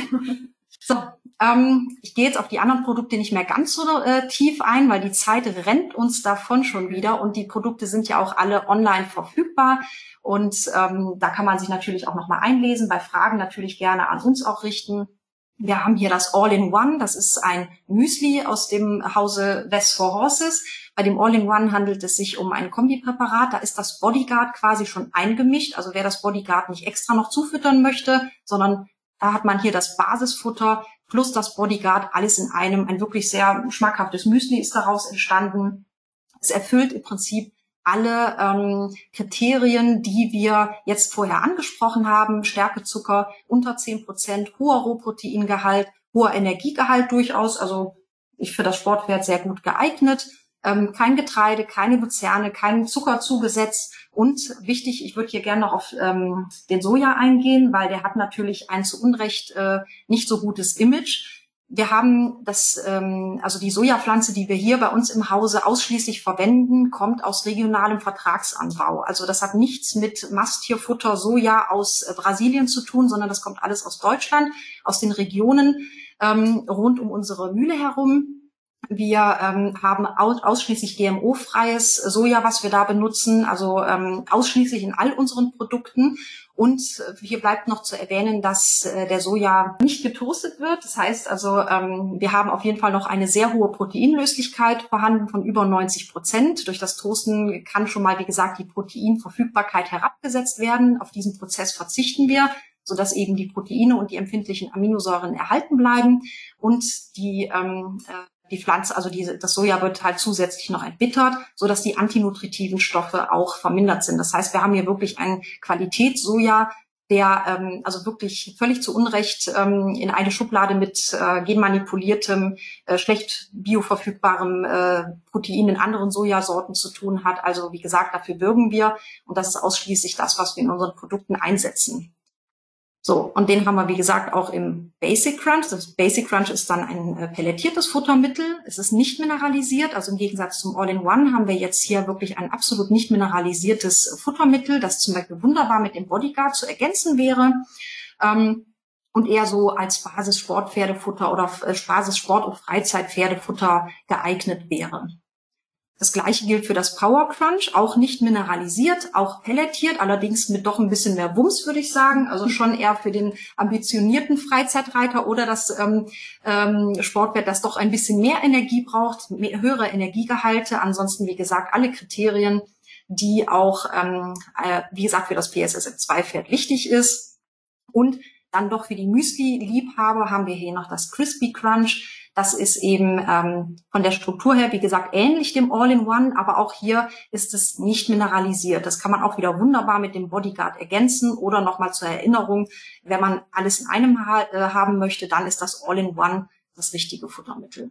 Speaker 1: So, ähm, ich gehe jetzt auf die anderen Produkte nicht mehr ganz so äh, tief ein, weil die Zeit rennt uns davon schon wieder und die Produkte sind ja auch alle online verfügbar. Und ähm, da kann man sich natürlich auch nochmal einlesen, bei Fragen natürlich gerne an uns auch richten. Wir haben hier das All-in-One, das ist ein Müsli aus dem Hause Vess for Horses. Bei dem All-in-One handelt es sich um ein Kombipräparat, da ist das Bodyguard quasi schon eingemischt. Also wer das Bodyguard nicht extra noch zufüttern möchte, sondern da hat man hier das Basisfutter plus das Bodyguard, alles in einem. Ein wirklich sehr schmackhaftes Müsli ist daraus entstanden. Es erfüllt im Prinzip alle ähm, Kriterien, die wir jetzt vorher angesprochen haben. Stärkezucker unter zehn Prozent, hoher Rohproteingehalt, hoher Energiegehalt durchaus. Also ich für das Sportpferd sehr gut geeignet. Ähm, kein Getreide, keine Luzerne, kein Zucker zugesetzt. Und wichtig, ich würde hier gerne noch auf ähm, den Soja eingehen, weil der hat natürlich ein zu Unrecht äh, nicht so gutes Image. Wir haben das, ähm, also die Sojapflanze, die wir hier bei uns im Hause ausschließlich verwenden, kommt aus regionalem Vertragsanbau. Also das hat nichts mit Masttierfutter, Soja aus äh, Brasilien zu tun, sondern das kommt alles aus Deutschland, aus den Regionen ähm, rund um unsere Mühle herum. Wir ähm, haben aus, ausschließlich G M O-freies Soja, was wir da benutzen, also ähm, ausschließlich in all unseren Produkten. Und hier bleibt noch zu erwähnen, dass äh, der Soja nicht getoastet wird. Das heißt also, ähm, wir haben auf jeden Fall noch eine sehr hohe Proteinlöslichkeit vorhanden von über neunzig Prozent. Durch das Toasten kann schon mal, wie gesagt, die Proteinverfügbarkeit herabgesetzt werden. Auf diesen Prozess verzichten wir, sodass eben die Proteine und die empfindlichen Aminosäuren erhalten bleiben. Und die ähm, die Pflanze, also diese, das Soja wird halt zusätzlich noch entbittert, so dass die antinutritiven Stoffe auch vermindert sind. Das heißt, wir haben hier wirklich einen Qualitätssoja, der ähm, also wirklich völlig zu Unrecht ähm, in eine Schublade mit äh, genmanipuliertem, äh, schlecht bioverfügbarem äh, Protein in anderen Sojasorten zu tun hat. Also wie gesagt, dafür bürgen wir und das ist ausschließlich das, was wir in unseren Produkten einsetzen. So, und den haben wir, wie gesagt, auch im Basic Crunch. Das Basic Crunch ist dann ein äh, pelletiertes Futtermittel. Es ist nicht mineralisiert, also im Gegensatz zum All-in-One haben wir jetzt hier wirklich ein absolut nicht mineralisiertes Futtermittel, das zum Beispiel wunderbar mit dem Bodyguard zu ergänzen wäre ähm, und eher so als Basis-Sportpferdefutter oder äh, Basis-Sport- und Freizeitpferdefutter geeignet wäre. Das Gleiche gilt für das Power Crunch, auch nicht mineralisiert, auch pelletiert, allerdings mit doch ein bisschen mehr Wumms, würde ich sagen. Also schon eher für den ambitionierten Freizeitreiter oder das ähm, ähm, Sportpferd, das doch ein bisschen mehr Energie braucht, mehr, höhere Energiegehalte. Ansonsten, wie gesagt, alle Kriterien, die auch, ähm, äh, wie gesagt, für das P S S M zwei Pferd wichtig ist. Und dann doch für die Müsli-Liebhaber haben wir hier noch das Crispy Crunch. Das ist eben ähm, von der Struktur her, wie gesagt, ähnlich dem All-in-One, aber auch hier ist es nicht mineralisiert. Das kann man auch wieder wunderbar mit dem Bodyguard ergänzen oder nochmal zur Erinnerung, wenn man alles in einem ha äh, haben möchte, dann ist das All-in-One das richtige Futtermittel.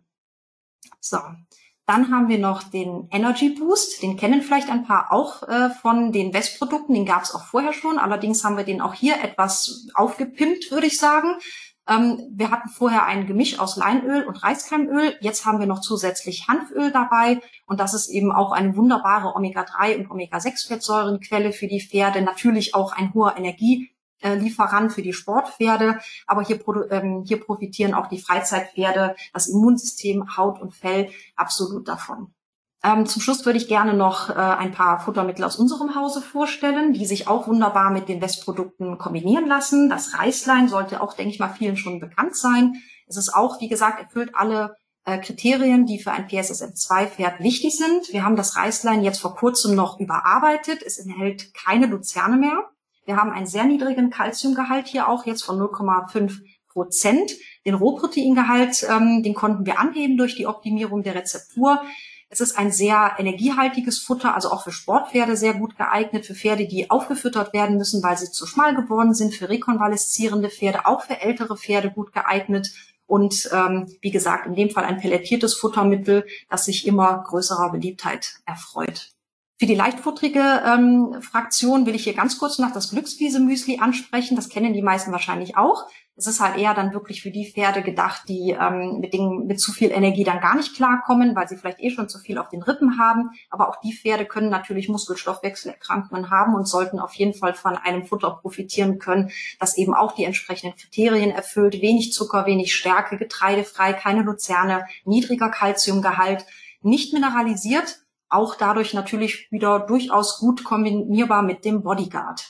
Speaker 1: So, dann haben wir noch den Energy Boost. Den kennen vielleicht ein paar auch äh, von den West-Produkten. Den gab es auch vorher schon. Allerdings haben wir den auch hier etwas aufgepimpt, würde ich sagen. Ähm, wir hatten vorher ein Gemisch aus Leinöl und Reiskeimöl. Jetzt haben wir noch zusätzlich Hanföl dabei. Und das ist eben auch eine wunderbare Omega drei und Omega sechs Fettsäurenquelle für die Pferde. Natürlich auch ein hoher Energielieferant für die Sportpferde. Aber hier, ähm, hier profitieren auch die Freizeitpferde, das Immunsystem, Haut und Fell absolut davon. Ähm, zum Schluss würde ich gerne noch äh, ein paar Futtermittel aus unserem Hause vorstellen, die sich auch wunderbar mit den Westprodukten kombinieren lassen. Das Reislein sollte auch, denke ich mal, vielen schon bekannt sein. Es ist auch, wie gesagt, erfüllt alle äh, Kriterien, die für ein P S S M zwei Pferd wichtig sind. Wir haben das Reislein jetzt vor kurzem noch überarbeitet. Es enthält keine Luzerne mehr. Wir haben einen sehr niedrigen Kalziumgehalt hier auch, jetzt von null Komma fünf Prozent. Den Rohproteingehalt, ähm, den konnten wir anheben durch die Optimierung der Rezeptur. Es ist ein sehr energiehaltiges Futter, also auch für Sportpferde sehr gut geeignet, für Pferde, die aufgefüttert werden müssen, weil sie zu schmal geworden sind, für rekonvaleszierende Pferde, auch für ältere Pferde gut geeignet. Und ähm, wie gesagt, in dem Fall ein pelletiertes Futtermittel, das sich immer größerer Beliebtheit erfreut. Für die leichtfutterige ähm, Fraktion will ich hier ganz kurz noch das Glückswiese-Müsli ansprechen. Das kennen die meisten wahrscheinlich auch. Es ist halt eher dann wirklich für die Pferde gedacht, die ähm, mit, den, mit zu viel Energie dann gar nicht klarkommen, weil sie vielleicht eh schon zu viel auf den Rippen haben. Aber auch die Pferde können natürlich Muskelstoffwechselerkrankungen haben und sollten auf jeden Fall von einem Futter profitieren können, das eben auch die entsprechenden Kriterien erfüllt. Wenig Zucker, wenig Stärke, getreidefrei, keine Luzerne, niedriger Kalziumgehalt, nicht mineralisiert, auch dadurch natürlich wieder durchaus gut kombinierbar mit dem Bodyguard.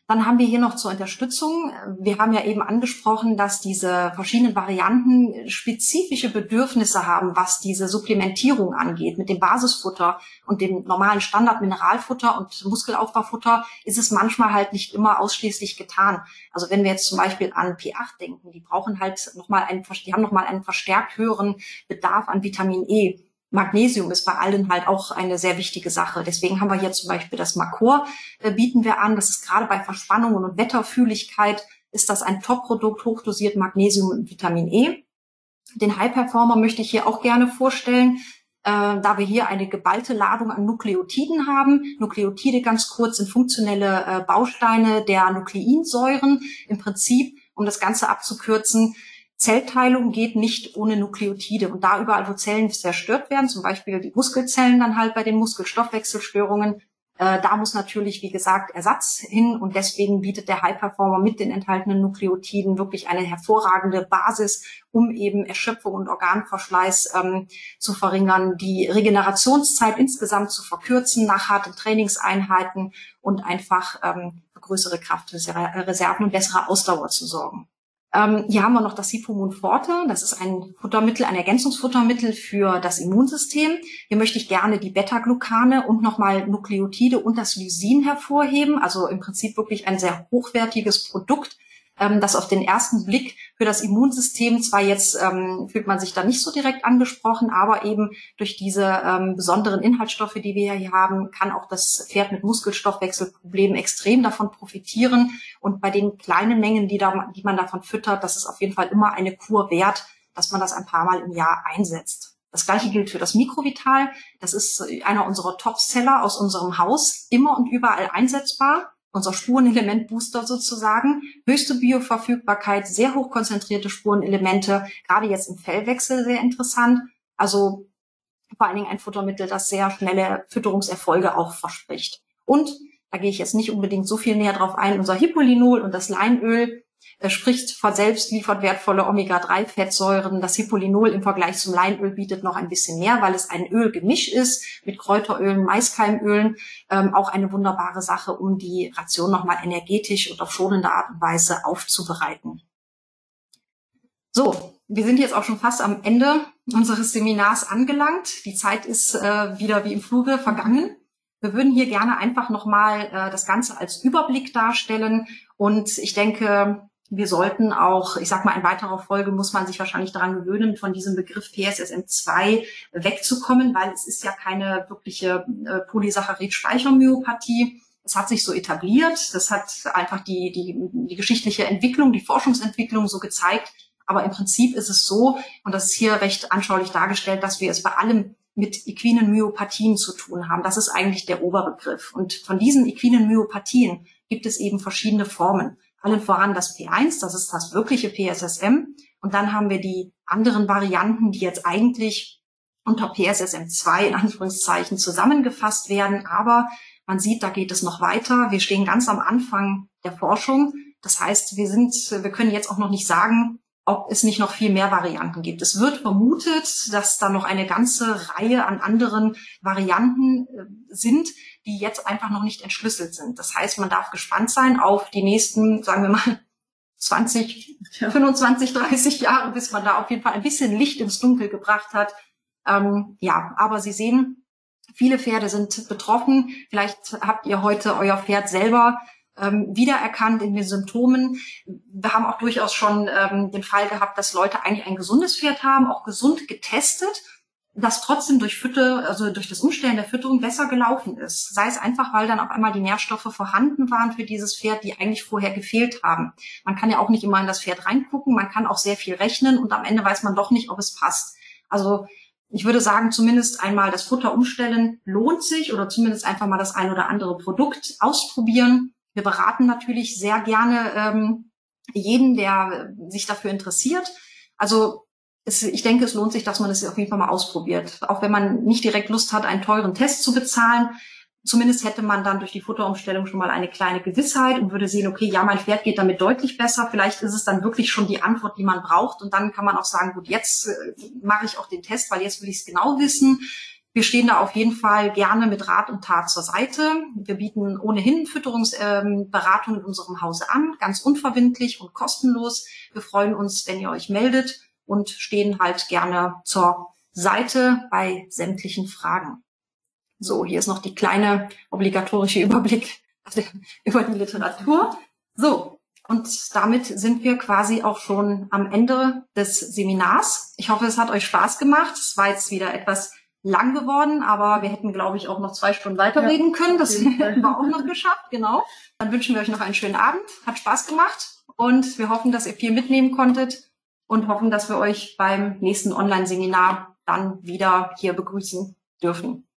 Speaker 1: Dann haben wir hier noch zur Unterstützung, wir haben ja eben angesprochen, dass diese verschiedenen Varianten spezifische Bedürfnisse haben, was diese Supplementierung angeht. Mit dem Basisfutter und dem normalen Standard-Mineralfutter und Muskelaufbaufutter ist es manchmal halt nicht immer ausschließlich getan. Also wenn wir jetzt zum Beispiel an P acht denken, die brauchen halt nochmal einen, die haben nochmal einen verstärkt höheren Bedarf an Vitamin E. Magnesium ist bei allen halt auch eine sehr wichtige Sache. Deswegen haben wir hier zum Beispiel das Macor, äh, bieten wir an. Das ist gerade bei Verspannungen und Wetterfühligkeit ist das ein Top-Produkt, hochdosiert Magnesium und Vitamin E. Den High Performer möchte ich hier auch gerne vorstellen, äh, da wir hier eine geballte Ladung an Nukleotiden haben. Nukleotide ganz kurz sind funktionelle äh, Bausteine der Nukleinsäuren. Im Prinzip, um das Ganze abzukürzen, Zellteilung geht nicht ohne Nukleotide. Und da überall, wo Zellen zerstört werden, zum Beispiel die Muskelzellen dann halt bei den Muskelstoffwechselstörungen, äh, da muss natürlich, wie gesagt, Ersatz hin. Und deswegen bietet der High Performer mit den enthaltenen Nukleotiden wirklich eine hervorragende Basis, um eben Erschöpfung und Organverschleiß ähm, zu verringern, die Regenerationszeit insgesamt zu verkürzen nach harten Trainingseinheiten und einfach ähm, für größere Kraftreserven und bessere Ausdauer zu sorgen. Ähm, hier haben wir noch das Hipomun Forte. Das ist ein Futtermittel, ein Ergänzungsfuttermittel für das Immunsystem. Hier möchte ich gerne die Beta-Glucane und nochmal Nukleotide und das Lysin hervorheben. Also im Prinzip wirklich ein sehr hochwertiges Produkt, ähm, das auf den ersten Blick für das Immunsystem zwar jetzt ähm, fühlt man sich da nicht so direkt angesprochen, aber eben durch diese ähm, besonderen Inhaltsstoffe, die wir hier haben, kann auch das Pferd mit Muskelstoffwechselproblemen extrem davon profitieren. Und bei den kleinen Mengen, die, da, die man davon füttert, das ist auf jeden Fall immer eine Kur wert, dass man das ein paar Mal im Jahr einsetzt. Das Gleiche gilt für das Mikrovital. Das ist einer unserer Top-Seller aus unserem Haus, immer und überall einsetzbar. Unser Spurenelement-Booster sozusagen. Höchste Bioverfügbarkeit, sehr hoch konzentrierte Spurenelemente, gerade jetzt im Fellwechsel sehr interessant. Also vor allen Dingen ein Futtermittel, das sehr schnelle Fütterungserfolge auch verspricht. Und da gehe ich jetzt nicht unbedingt so viel näher drauf ein. Unser Hippolinol und das Leinöl äh, spricht von selbst, liefert wertvolle Omega drei Fettsäuren. Das Hippolinol im Vergleich zum Leinöl bietet noch ein bisschen mehr, weil es ein Ölgemisch ist mit Kräuterölen, Maiskeimölen. Ähm, auch eine wunderbare Sache, um die Ration nochmal energetisch und auf schonende Art und Weise aufzubereiten. So, wir sind jetzt auch schon fast am Ende unseres Seminars angelangt. Die Zeit ist äh, wieder wie im Fluge vergangen. Wir würden hier gerne einfach nochmal äh, das Ganze als Überblick darstellen. Und ich denke, wir sollten auch, ich sag mal, in weiterer Folge muss man sich wahrscheinlich daran gewöhnen, von diesem Begriff P S S M zwei wegzukommen, weil es ist ja keine wirkliche äh, Polysaccharid-Speichermyopathie. Es hat sich so etabliert. Das hat einfach die, die, die geschichtliche Entwicklung, die Forschungsentwicklung so gezeigt. Aber im Prinzip ist es so, und das ist hier recht anschaulich dargestellt, dass wir es bei allem mit equinen Myopathien zu tun haben. Das ist eigentlich der Oberbegriff. Und von diesen equinen Myopathien gibt es eben verschiedene Formen. Allen voran das P eins, das ist das wirkliche P S S M. Und dann haben wir die anderen Varianten, die jetzt eigentlich unter P S S M zwei in Anführungszeichen zusammengefasst werden. Aber man sieht, da geht es noch weiter. Wir stehen ganz am Anfang der Forschung. Das heißt, wir sind, wir können jetzt auch noch nicht sagen, ob es nicht noch viel mehr Varianten gibt. Es wird vermutet, dass da noch eine ganze Reihe an anderen Varianten sind, die jetzt einfach noch nicht entschlüsselt sind. Das heißt, man darf gespannt sein auf die nächsten, sagen wir mal, zwanzig, fünfundzwanzig, dreißig Jahre, bis man da auf jeden Fall ein bisschen Licht ins Dunkel gebracht hat. Ähm, ja, aber Sie sehen, viele Pferde sind betroffen. Vielleicht habt ihr heute euer Pferd selber ähm, wiedererkannt in den Symptomen. Wir haben auch durchaus schon ähm, den Fall gehabt, dass Leute eigentlich ein gesundes Pferd haben, auch gesund getestet, das trotzdem durch Fütter, also durch das Umstellen der Fütterung besser gelaufen ist. Sei es einfach, weil dann auf einmal die Nährstoffe vorhanden waren für dieses Pferd, die eigentlich vorher gefehlt haben. Man kann ja auch nicht immer in das Pferd reingucken, man kann auch sehr viel rechnen und am Ende weiß man doch nicht, ob es passt. Also ich würde sagen, zumindest einmal das Futter umstellen lohnt sich oder zumindest einfach mal das ein oder andere Produkt ausprobieren. Wir beraten natürlich sehr gerne ähm, jeden, der sich dafür interessiert. Also es, ich denke, es lohnt sich, dass man das auf jeden Fall mal ausprobiert. Auch wenn man nicht direkt Lust hat, einen teuren Test zu bezahlen. Zumindest hätte man dann durch die Futterumstellung schon mal eine kleine Gewissheit und würde sehen, okay, ja, mein Pferd geht damit deutlich besser. Vielleicht ist es dann wirklich schon die Antwort, die man braucht. Und dann kann man auch sagen, gut, jetzt äh, mache ich auch den Test, weil jetzt will ich es genau wissen. Wir stehen da auf jeden Fall gerne mit Rat und Tat zur Seite. Wir bieten ohnehin Fütterungsberatung in unserem Hause an, ganz unverbindlich und kostenlos. Wir freuen uns, wenn ihr euch meldet und stehen halt gerne zur Seite bei sämtlichen Fragen. So, hier ist noch die kleine obligatorische Überblick über die Literatur. So, und damit sind wir quasi auch schon am Ende des Seminars. Ich hoffe, es hat euch Spaß gemacht. Es war jetzt wieder etwas lang geworden, aber wir hätten, glaube ich, auch noch zwei Stunden weiterreden ja, können. Das hätten wir auch noch geschafft, genau. Dann wünschen wir euch noch einen schönen Abend. Hat Spaß gemacht und wir hoffen, dass ihr viel mitnehmen konntet und hoffen, dass wir euch beim nächsten Online-Seminar dann wieder hier begrüßen dürfen.